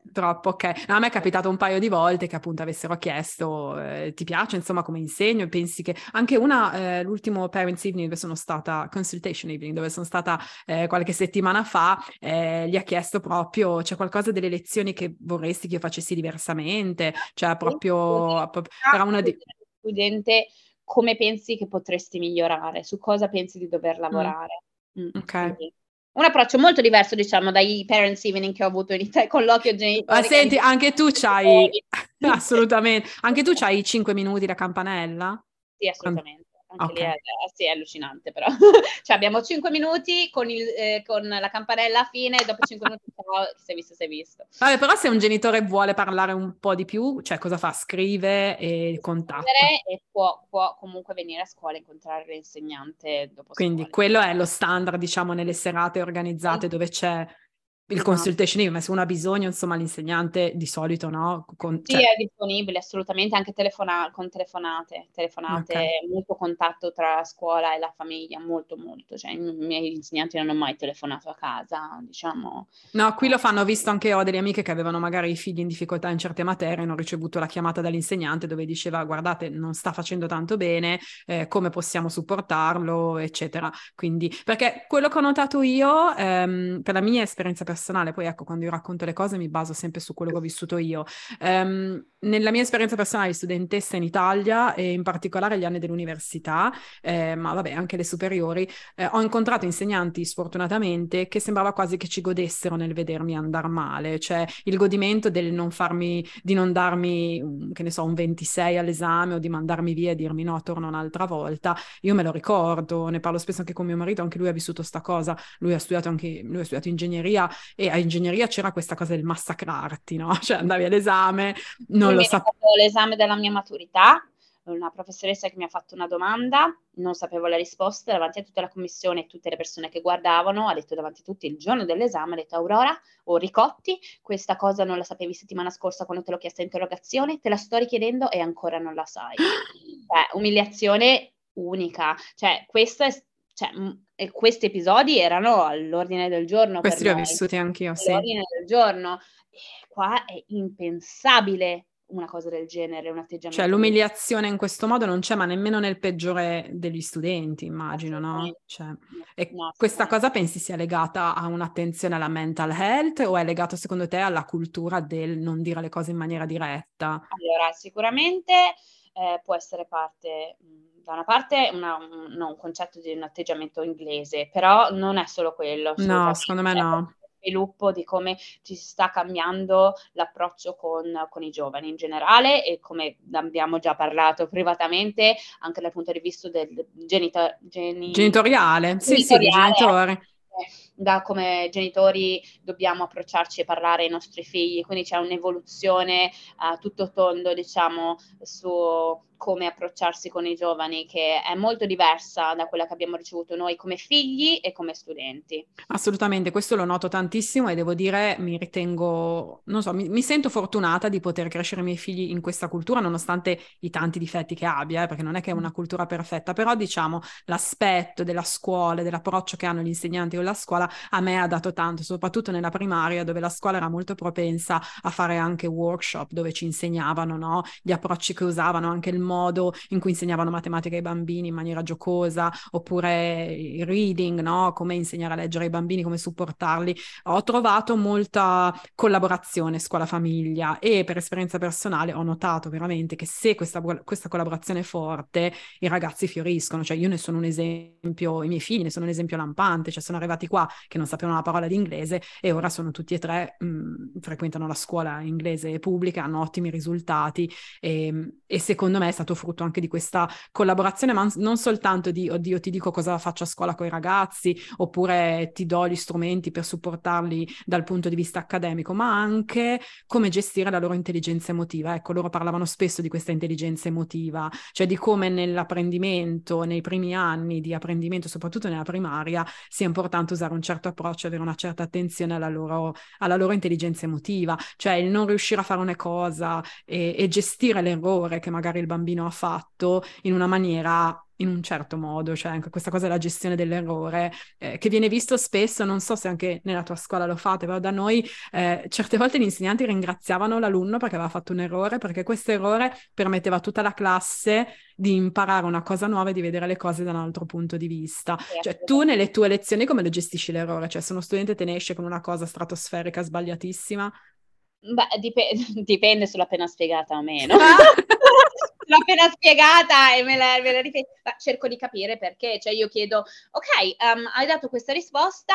Troppo, ok. No, a me è capitato un paio di volte che appunto avessero chiesto eh, ti piace insomma come insegno e pensi che anche una, eh, l'ultimo Parents Evening dove sono stata, Consultation Evening dove sono stata eh, qualche settimana fa, eh, gli ha chiesto proprio c'è qualcosa delle lezioni che vorresti che io facessi diversamente, cioè proprio, proprio era una di... studente, come pensi che potresti migliorare, su cosa pensi di dover lavorare. Mm. Mm. Ok. Quindi, un approccio molto diverso, diciamo, dai parents evening che ho avuto in Italia, colloquio genitori. Ma senti, anche tu c'hai, assolutamente, anche tu c'hai cinque minuti da campanella? Sì, assolutamente. Anche Okay. lì è, sì, è allucinante però. Cioè abbiamo cinque minuti con, il, eh, con la campanella a fine e dopo cinque minuti ciao, sei visto, sei visto. Vabbè, però se un genitore vuole parlare un po' di più, cioè cosa fa? Scrive e contatta. E può, può comunque venire a scuola e incontrare l'insegnante dopo Quindi scuola. quello è lo standard, diciamo, nelle serate organizzate Sì. dove c'è il Esatto. consultation evening, ma se uno ha bisogno, insomma, l'insegnante di solito, no? Con, Sì, cioè... è disponibile assolutamente, anche telefona- con telefonate, telefonate, Okay. molto contatto tra la scuola e la famiglia, molto molto, cioè i miei insegnanti non hanno mai telefonato a casa, diciamo. No, qui eh. lo fanno, ho visto anche io delle amiche che avevano magari i figli in difficoltà in certe materie, hanno ricevuto la chiamata dall'insegnante dove diceva guardate non sta facendo tanto bene, eh, come possiamo supportarlo, eccetera. Quindi, perché quello che ho notato io, ehm, per la mia esperienza personale, poi ecco, quando io racconto le cose mi baso sempre su quello che ho vissuto io. Ehm, nella mia esperienza personale di studentessa in Italia e in particolare gli anni dell'università, eh, ma vabbè anche le superiori, eh, ho incontrato insegnanti sfortunatamente che sembrava quasi che ci godessero nel vedermi andare male, cioè il godimento del non farmi, di non darmi, che ne so, un ventisei all'esame o di mandarmi via e dirmi no, torno un'altra volta. Io me lo ricordo, ne parlo spesso anche con mio marito, anche lui ha vissuto sta cosa, lui ha studiato anche, lui ha studiato ingegneria e a ingegneria c'era questa cosa del massacrarti, no? Cioè andavi all'esame, non lo sapevi. L'esame della mia maturità, una professoressa che mi ha fatto una domanda, non sapevo la risposta, davanti a tutta la commissione e tutte le persone che guardavano, ha detto davanti a tutti il giorno dell'esame, ha detto Aurora o Ricotti, questa cosa non la sapevi settimana scorsa quando te l'ho chiesta in interrogazione, te la sto richiedendo e ancora non la sai. Cioè, umiliazione unica, cioè questo è, cioè, mh, questi episodi erano all'ordine del giorno Questi per li ho noi, vissuti anch'io, sì. all'ordine del giorno. E qua è impensabile una cosa del genere, un atteggiamento. Cioè l'umiliazione in questo modo non c'è, ma nemmeno nel peggiore degli studenti, immagino, no? Cioè, e no, questa cosa pensi sia legata a un'attenzione alla mental health o è legato secondo te alla cultura del non dire le cose in maniera diretta? Allora, sicuramente eh, può essere parte, da una parte una, un, no, un concetto di un atteggiamento inglese, però non è solo quello, No, assolutamente. secondo me no. Sviluppo di come ci si sta cambiando l'approccio con, con i giovani in generale e come abbiamo già parlato privatamente anche dal punto di vista del genito- geni- Genitoriale, sì, sì, dei genitoriale, genitori. eh, da come genitori dobbiamo approcciarci e parlare ai nostri figli, quindi c'è un'evoluzione a tutto tondo, diciamo, su come approcciarsi con i giovani che è molto diversa da quella che abbiamo ricevuto noi come figli e come studenti. Assolutamente, questo lo noto tantissimo e devo dire, mi ritengo, non so, mi, mi sento fortunata di poter crescere i miei figli in questa cultura, nonostante i tanti difetti che abbia, eh, perché non è che è una cultura perfetta, però diciamo l'aspetto della scuola, dell'approccio che hanno gli insegnanti con la scuola, a me ha dato tanto, soprattutto nella primaria, dove la scuola era molto propensa a fare anche workshop, dove ci insegnavano, no, gli approcci che usavano, anche il modo in cui insegnavano matematica ai bambini in maniera giocosa, oppure il reading, no, come insegnare a leggere ai bambini, come supportarli. Ho trovato molta collaborazione scuola-famiglia e per esperienza personale ho notato veramente che se questa, questa collaborazione è forte, i ragazzi fioriscono. Cioè io ne sono un esempio, i miei figli ne sono un esempio lampante, cioè sono arrivati qua che non sapevano la parola di inglese e ora sono tutti e tre, mh, frequentano la scuola inglese pubblica, hanno ottimi risultati e, e secondo me è stato frutto anche di questa collaborazione, ma non soltanto di, oddio, ti dico cosa faccio a scuola con i ragazzi, oppure ti do gli strumenti per supportarli dal punto di vista accademico, ma anche come gestire la loro intelligenza emotiva. Ecco, loro parlavano spesso di questa intelligenza emotiva, cioè di come nell'apprendimento, nei primi anni di apprendimento, soprattutto nella primaria, sia importante usare un certo approccio, avere una certa attenzione alla loro, alla loro intelligenza emotiva, cioè il non riuscire a fare una cosa e, e gestire l'errore che magari il bambino ha fatto in una maniera in un certo modo, cioè anche questa cosa della gestione dell'errore, eh, che viene visto spesso, non so se anche nella tua scuola lo fate, però da noi eh, certe volte gli insegnanti ringraziavano l'alunno perché aveva fatto un errore, perché questo errore permetteva a tutta la classe di imparare una cosa nuova e di vedere le cose da un altro punto di vista. Sì, Cioè tu nelle tue lezioni come lo gestisci l'errore? Cioè se uno studente te ne esce con una cosa stratosferica sbagliatissima? Beh, dip- dipende se l'ho appena spiegata o meno. L'ho appena spiegata e me la, me la ripeto. Cerco di capire perché, cioè io chiedo, ok, um, hai dato questa risposta,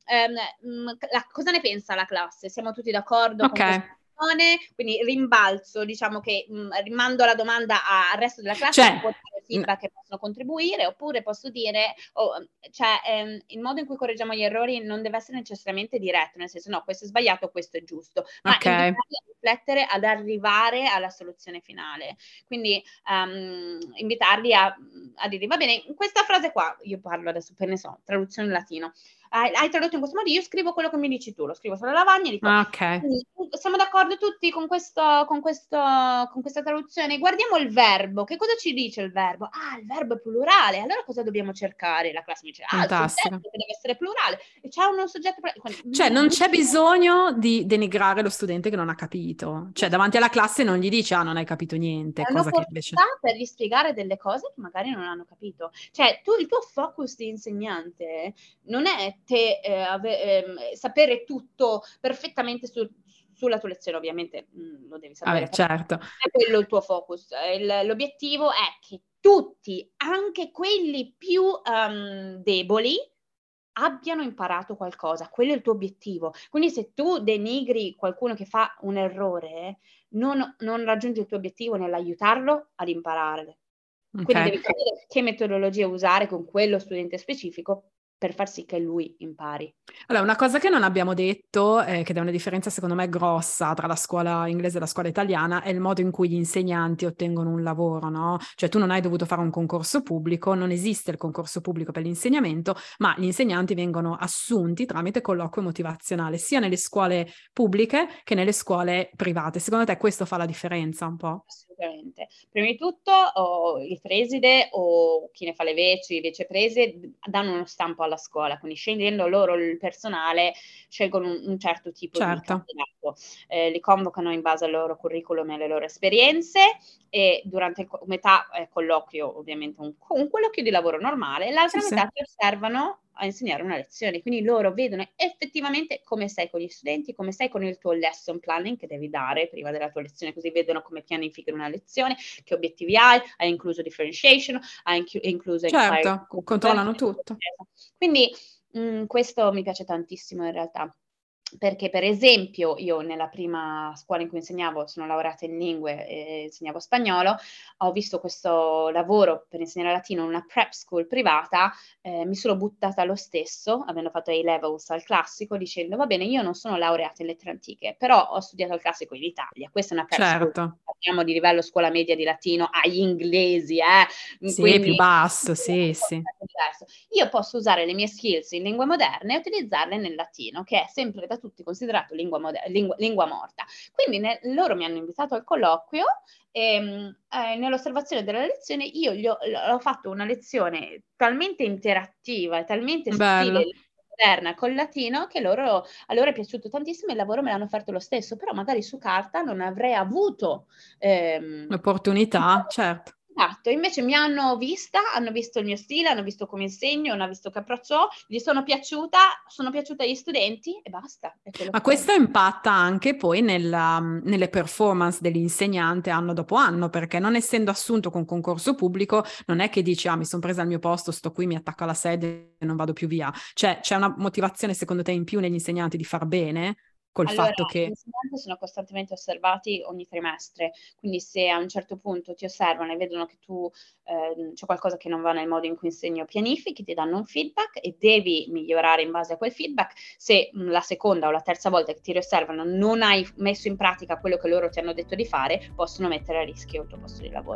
um, la, cosa ne pensa la classe? Siamo tutti d'accordo con Ok. questa opinione? Quindi rimbalzo, diciamo che mh, rimando la domanda al resto della classe, Cioè, che può dare feedback che possono contribuire, oppure posso dire, oh, cioè ehm, il modo in cui correggiamo gli errori non deve essere necessariamente diretto, nel senso no, questo è sbagliato, questo è giusto, ma ok. invitarli a riflettere, ad arrivare alla soluzione finale. Quindi um, invitarli a, a dire, va bene, questa frase qua, io parlo adesso, per ne so, traduzione in latino, hai, hai tradotto in questo modo, io scrivo quello che mi dici tu, lo scrivo sulla lavagna e dico, Ok. siamo d'accordo tutti con, questo, con, questo, con questa traduzione? Guardiamo il verbo, che cosa ci dice il verbo? Ah, il verbo è plurale, allora cosa dobbiamo cercare? La classe mi dice, ah, il Fantastico. soggetto che deve essere plurale, e c'è uno soggetto plurale. Cioè, non c'è bisogno di denigrare lo studente che non ha capito. Cioè, davanti alla classe non gli dice, ah, non hai capito niente, È cosa che invece... un'opportunità per gli spiegare delle cose che magari non hanno capito. Cioè, tu, il tuo focus di insegnante non è te eh, ave, eh, sapere tutto perfettamente su, sulla tua lezione, ovviamente mh, lo devi sapere. Vabbè, certo. Non è quello il tuo focus. Il, l'obiettivo è che tutti, anche quelli più um, deboli, abbiano imparato qualcosa, quello è il tuo obiettivo. Quindi se tu denigri qualcuno che fa un errore, non, non raggiungi il tuo obiettivo nell'aiutarlo ad imparare. Quindi Ok. devi capire che metodologia usare con quello studente specifico per far sì che lui impari. Allora, una cosa che non abbiamo detto, eh, che è una differenza secondo me grossa tra la scuola inglese e la scuola italiana, è il modo in cui gli insegnanti ottengono un lavoro, no? Cioè tu non hai dovuto fare un concorso pubblico, non esiste il concorso pubblico per l'insegnamento, ma gli insegnanti vengono assunti tramite colloquio motivazionale, sia nelle scuole pubbliche che nelle scuole private. Secondo te questo fa la differenza un po'? Assolutamente. Prima di tutto oh, il preside o chi ne fa le veci, i vicepreside, danno uno stampo alla scuola, quindi scegliendo loro il personale, scelgono un, un certo tipo di Certo. candidato. Eh, li convocano in base al loro curriculum e alle loro esperienze e durante il, metà eh, colloquio, ovviamente un, un colloquio di lavoro normale, l'altra Sì, metà sì. ti osservano a insegnare una lezione, quindi loro vedono effettivamente come sei con gli studenti, come sei con il tuo lesson planning che devi dare prima della tua lezione, così vedono come pianifichi una lezione, che obiettivi hai, hai incluso differentiation, hai inc- incluso inquiry. Certo, controllano tutto. Quindi mh, questo mi piace tantissimo in realtà. Perché per esempio io nella prima scuola in cui insegnavo, sono laureata in lingue e insegnavo spagnolo, ho visto questo lavoro per insegnare latino in una prep school privata, eh, mi sono buttata lo stesso, avendo fatto A-levels al classico, dicendo va bene, io non sono laureata in lettere antiche, però ho studiato il classico in Italia, questa è una prep school, Certo. parliamo di livello scuola media di latino agli inglesi, eh, Sì, quindi più basso, sì, sì. diverso. Io posso usare le mie skills in lingue moderne e utilizzarle nel latino, che è sempre da tutti considerato lingua, moder- lingua, lingua morta. Quindi ne- loro mi hanno invitato al colloquio e eh, nell'osservazione della lezione io gli ho, ho fatto una lezione talmente interattiva e talmente Bello. stile moderna col latino che loro, a loro è piaciuto tantissimo e il lavoro me l'hanno offerto lo stesso, però magari su carta non avrei avuto ehm, L'opportunità, certo. esatto, invece mi hanno vista, hanno visto il mio stile, hanno visto come insegno, hanno visto che approccio ho, gli sono piaciuta, sono piaciuta agli studenti e basta, è quello Ma che voglio. questo impatta anche poi nella, nelle performance dell'insegnante anno dopo anno, perché non essendo assunto con concorso pubblico, non è che dici, ah, mi sono presa il mio posto, sto qui, mi attacco alla sedia e non vado più via. Cioè, c'è una motivazione secondo te in più negli insegnanti di far bene col Allora, fatto gli che... insegnanti sono costantemente osservati ogni trimestre, quindi se a un certo punto ti osservano e vedono che tu eh, c'è qualcosa che non va nel modo in cui insegno, pianifichi, ti danno un feedback e devi migliorare in base a quel feedback. Se mh, la seconda o la terza volta che ti riosservano non hai messo in pratica quello che loro ti hanno detto di fare, possono mettere a rischio il tuo posto di lavoro.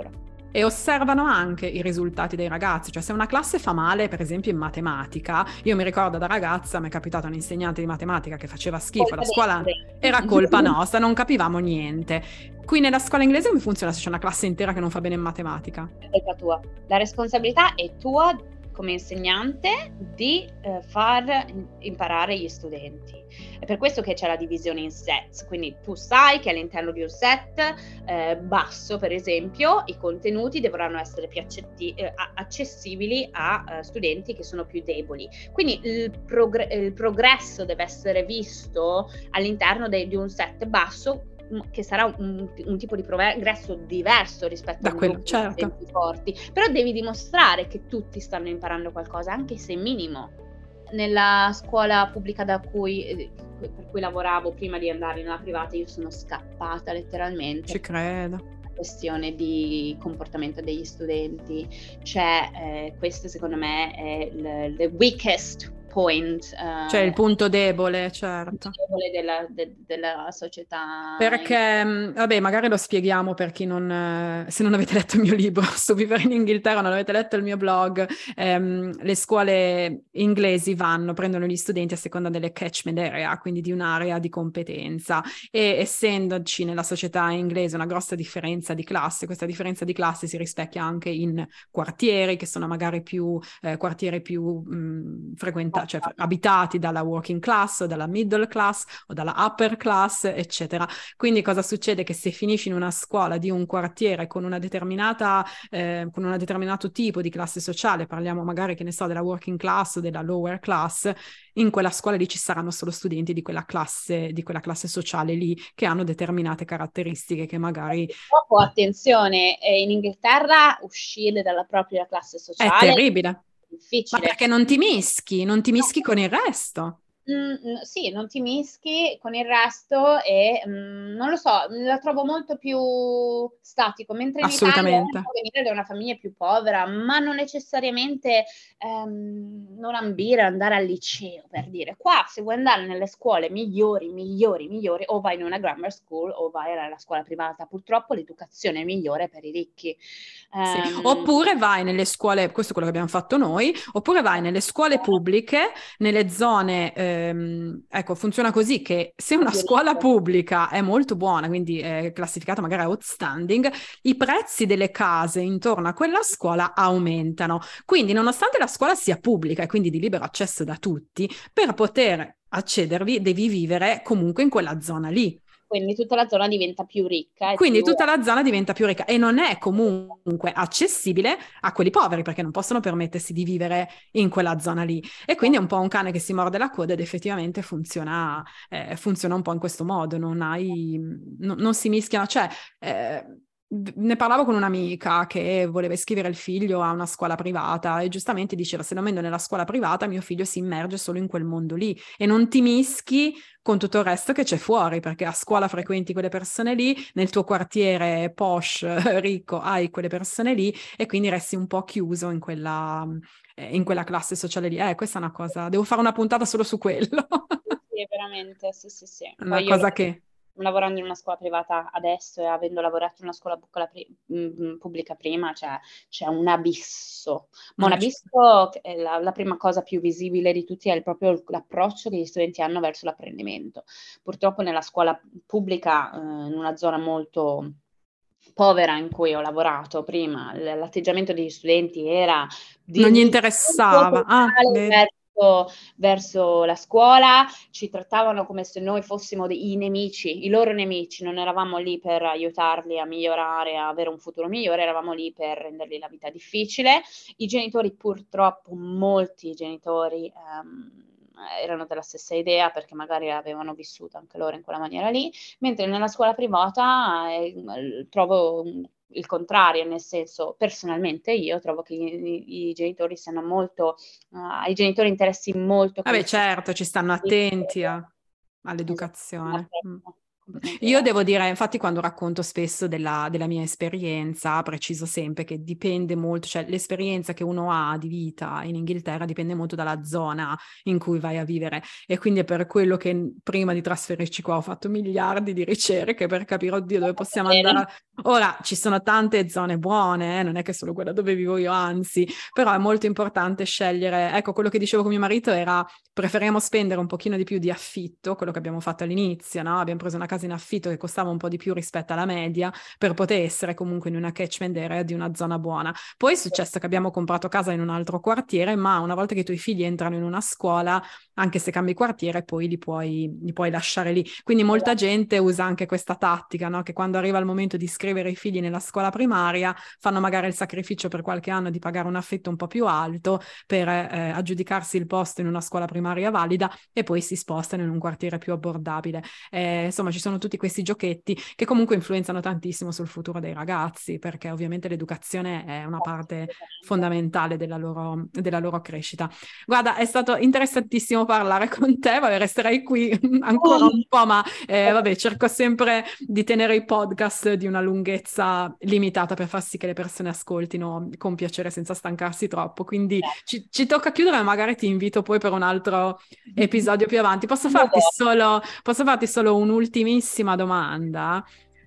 E osservano anche i risultati dei ragazzi, cioè se una classe fa male, per esempio in matematica, io mi ricordo da ragazza, mi è capitato un insegnante di matematica che faceva schifo, la Colpa scuola dei era colpa nostra, non capivamo niente. Qui nella scuola inglese come funziona se c'è una classe intera che non fa bene in matematica? È colpa tua. La responsabilità è tua come insegnante di eh, far imparare gli studenti. È per questo che c'è la divisione in sets, quindi tu sai che all'interno di un set eh, basso, per esempio, i contenuti dovranno essere più accetti- eh, accessibili a uh, studenti che sono più deboli. Quindi il, progr- il progresso deve essere visto all'interno de- di un set basso, che sarà un, un tipo di progresso diverso rispetto Da a un quello, gruppo certo. di studenti forti, però devi dimostrare che tutti stanno imparando qualcosa, anche se minimo. Nella scuola pubblica da cui, per cui lavoravo prima di andare nella privata, io sono scappata letteralmente. Ci credo. La questione di comportamento degli studenti, cioè eh, questo secondo me è il the weakest point, uh, Cioè il punto debole, certo. debole della, de, della società. Perché, vabbè, magari lo spieghiamo per chi non, se non avete letto il mio libro, Sto vivere in Inghilterra, non avete letto il mio blog, ehm, le scuole inglesi vanno, prendono gli studenti a seconda delle catchment area, quindi di un'area di competenza, e essendoci nella società inglese una grossa differenza di classe, questa differenza di classe si rispecchia anche in quartieri che sono magari più, eh, quartieri più mh, frequentati, cioè abitati dalla working class o dalla middle class o dalla upper class, eccetera. Quindi cosa succede? Che se finisci in una scuola di un quartiere con una determinata, eh, con un determinato tipo di classe sociale, parliamo magari, che ne so, della working class o della lower class, in quella scuola lì ci saranno solo studenti di quella classe, di quella classe sociale lì, che hanno determinate caratteristiche che magari... Purtroppo, attenzione, in Inghilterra uscire dalla propria classe sociale è terribile. è difficile. Ma perché non ti mischi, non ti mischi no. con il resto. Mm, sì, non ti mischi con il resto e mm, non lo so, la trovo molto più statico, mentre in Italia uno può venire da una famiglia più povera, ma non necessariamente ehm, non ambire ad andare al liceo, per dire. Qua, se vuoi andare nelle scuole migliori, migliori, migliori, o vai in una grammar school o vai alla scuola privata. Purtroppo l'educazione è migliore per i ricchi. Sì. Um, Oppure vai nelle scuole, questo è quello che abbiamo fatto noi, oppure vai nelle scuole pubbliche, nelle zone, ehm, ecco, funziona così, che se una scuola pubblica è molto buona, quindi è classificata magari outstanding, i prezzi delle case intorno a quella scuola aumentano. Quindi nonostante la scuola sia pubblica e quindi di libero accesso da tutti, per poter accedervi devi vivere comunque in quella zona lì. Quindi tutta la zona diventa più ricca. Quindi più... tutta la zona diventa più ricca e non è comunque accessibile a quelli poveri perché non possono permettersi di vivere in quella zona lì. E quindi è un po' un cane che si morde la coda ed effettivamente funziona, eh, funziona un po' in questo modo, non hai, no, non si mischiano, cioè... Eh, ne parlavo con un'amica che voleva iscrivere il figlio a una scuola privata e giustamente diceva: se lo mando nella scuola privata mio figlio si immerge solo in quel mondo lì e non ti mischi con tutto il resto che c'è fuori, perché a scuola frequenti quelle persone lì, nel tuo quartiere posh, ricco, hai quelle persone lì e quindi resti un po' chiuso in quella, in quella classe sociale lì. Eh, questa è una cosa, devo fare una puntata solo su quello. Sì, veramente, sì, sì, sì. Una Poi cosa io, che... lavorando in una scuola privata adesso e avendo lavorato in una scuola pri- mh, pubblica prima, cioè, c'è un abisso. Ma un abisso, è la, la prima cosa più visibile di tutti è il, proprio l'approccio che gli studenti hanno verso l'apprendimento. Purtroppo nella scuola pubblica, eh, in una zona molto povera in cui ho lavorato prima, l'atteggiamento degli studenti era di non gli interessava. Ah, verso, verso la scuola, ci trattavano come se noi fossimo dei nemici, i loro nemici, non eravamo lì per aiutarli a migliorare, a avere un futuro migliore, eravamo lì per rendergli la vita difficile. I genitori, purtroppo, molti genitori um, erano della stessa idea perché magari avevano vissuto anche loro in quella maniera lì, mentre nella scuola privata eh, trovo il contrario, nel senso, personalmente io trovo che i, i genitori siano molto, uh, ai genitori interessi molto... Vabbè, certo, ci stanno attenti a, all'educazione. Esatto, Io devo dire, infatti quando racconto spesso della, della mia esperienza, preciso sempre che dipende molto, cioè l'esperienza che uno ha di vita in Inghilterra dipende molto dalla zona in cui vai a vivere, e quindi è per quello che prima di trasferirci qua ho fatto miliardi di ricerche per capire, oddio, dove possiamo andare. A... Ora, ci sono tante zone buone, eh? Non è che solo quella dove vivo io, anzi, però è molto importante scegliere. Ecco, quello che dicevo con mio marito era: preferiamo spendere un pochino di più di affitto, quello che abbiamo fatto all'inizio, no? Abbiamo preso una casa in affitto che costava un po' di più rispetto alla media per poter essere comunque in una catchment area di una zona buona. Poi è successo che abbiamo comprato casa in un altro quartiere, ma una volta che i tuoi figli entrano in una scuola, anche se cambi quartiere, poi li puoi, li puoi lasciare lì. Quindi molta gente usa anche questa tattica, no? Che quando arriva il momento di iscrivere i figli nella scuola primaria, fanno magari il sacrificio per qualche anno di pagare un affitto un po' più alto per eh, aggiudicarsi il posto in una scuola primaria valida, e poi si spostano in un quartiere più abbordabile. Eh, insomma, ci sono tutti questi giochetti che comunque influenzano tantissimo sul futuro dei ragazzi, perché ovviamente l'educazione è una parte fondamentale della loro, della loro crescita. Guarda, è stato interessantissimo parlare con te, vabbè, resterei qui ancora un po', ma eh, vabbè, cerco sempre di tenere i podcast di una lunghezza limitata per far sì che le persone ascoltino con piacere senza stancarsi troppo, quindi ci, ci tocca chiudere, magari ti invito poi per un altro episodio più avanti. Posso farti solo, posso farti solo un'ultimissima domanda?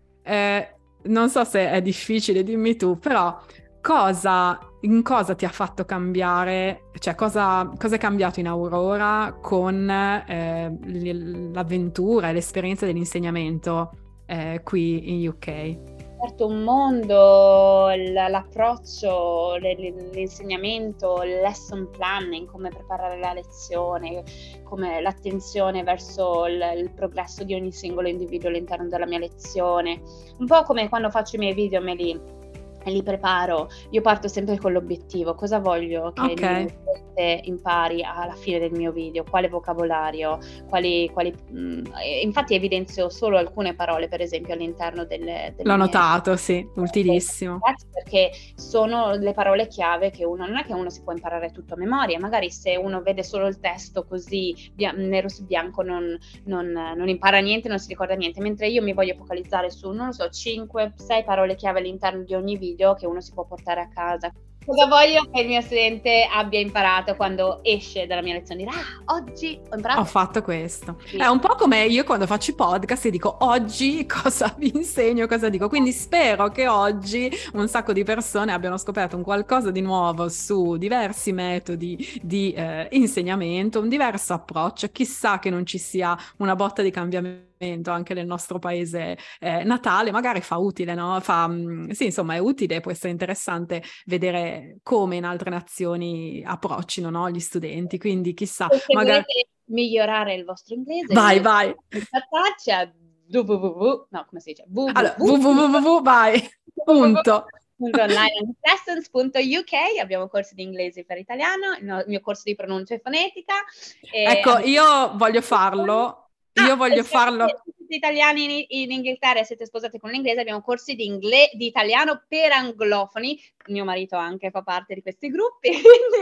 Eh, non so se è difficile, dimmi tu, però cosa, in cosa ti ha fatto cambiare, cioè cosa, cosa è cambiato in Aurora con eh, l'avventura e l'esperienza dell'insegnamento eh, qui in U K? Certo, un mondo, l'approccio, l'insegnamento, il lesson planning, come preparare la lezione, come l'attenzione verso il, il progresso di ogni singolo individuo all'interno della mia lezione. Un po' come quando faccio i miei video, me li, me li preparo, io parto sempre con l'obiettivo, cosa voglio che okay. il mio studente impari alla fine del mio video, quale vocabolario, quali, quali mh, infatti evidenzio solo alcune parole, per esempio, all'interno delle, delle L'ho mie... notato, sì, utilissimo. Perché sono le parole chiave che uno, non è che uno si può imparare tutto a memoria, magari se uno vede solo il testo così bia- nero su bianco non, non, non impara niente, non si ricorda niente, mentre io mi voglio focalizzare su, non lo so, cinque sei parole chiave all'interno di ogni video che uno si può portare a casa. Cosa voglio che il mio studente abbia imparato quando esce dalla mia lezione? Dirà, ah, oggi ho imparato. Ho fatto questo. Sì. È un po' come io quando faccio i podcast e dico oggi cosa vi insegno, cosa dico. Quindi spero che oggi un sacco di persone abbiano scoperto un qualcosa di nuovo su diversi metodi di eh, insegnamento, un diverso approccio. Chissà che non ci sia una botta di cambiamento anche nel nostro paese eh, natale, magari fa utile, no? Fa, mh, sì, insomma, è utile, può essere interessante vedere come in altre nazioni approccino, no, gli studenti, quindi chissà, Se magari... volete migliorare il vostro inglese, Vai, vai. Contattateci a www, no, come si dice? Allora, www, vai, punto. online lessons punto u k, abbiamo corsi di inglese per italiano, il mio corso di pronuncia e fonetica. Ecco, e io voglio farlo, io ah, voglio farlo. Tutti italiani in, in Inghilterra e siete sposati con l'inglese, abbiamo corsi di, ingle- di italiano per anglofoni, mio marito anche fa parte di questi gruppi.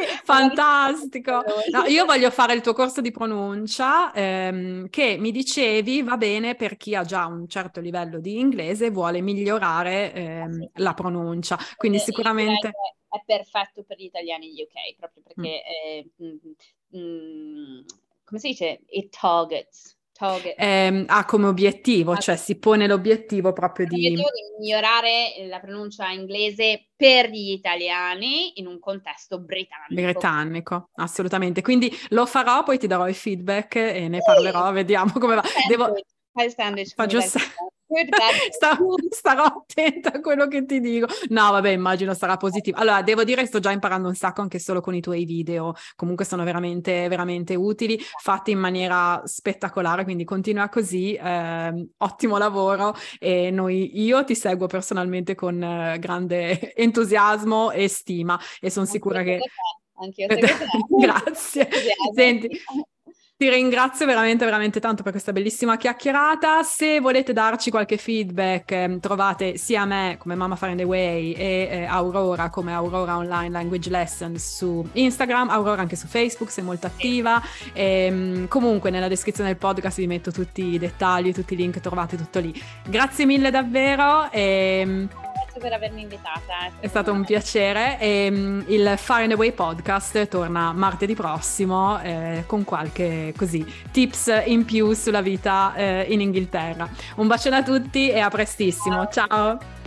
Fantastico! No, io voglio fare il tuo corso di pronuncia ehm, che mi dicevi va bene per chi ha già un certo livello di inglese e vuole migliorare ehm, sì. la pronuncia, quindi e sicuramente... È perfetto per gli italiani in U K, proprio perché, mm. eh, mm, mm, come si dice, it targets. Eh, ha come obiettivo, cioè si pone l'obiettivo proprio di... L'obiettivo di migliorare la pronuncia inglese per gli italiani in un contesto britannico. Britannico, assolutamente. Quindi lo farò, poi ti darò i feedback e ne sì. parlerò, vediamo come va. Devo... Fai sandwich. Faccio sa... Sta, starò attenta a quello che ti dico. No, vabbè, immagino sarà positivo. Allora, devo dire che sto già imparando un sacco anche solo con i tuoi video. Comunque sono veramente, veramente utili, fatti in maniera spettacolare, quindi continua così. Eh, ottimo lavoro e noi, io ti seguo personalmente con eh, grande entusiasmo e stima e sono sicura che... Anche io seguo te. Grazie. Senti... Ti ringrazio veramente, veramente tanto per questa bellissima chiacchierata. Se volete darci qualche feedback, eh, trovate sia me come Mama Far and Away e eh, Aurora come Aurora Online Language Lessons su Instagram, Aurora anche su Facebook, sei molto attiva. E, comunque nella descrizione del podcast vi metto tutti i dettagli, tutti i link, trovate tutto lì. Grazie mille davvero. E, grazie per avermi invitata. È stato un piacere. E, il Far and Away podcast torna martedì prossimo eh, con qualche così tips in più sulla vita eh, in Inghilterra. Un bacione a tutti e a prestissimo. Ciao. Ciao.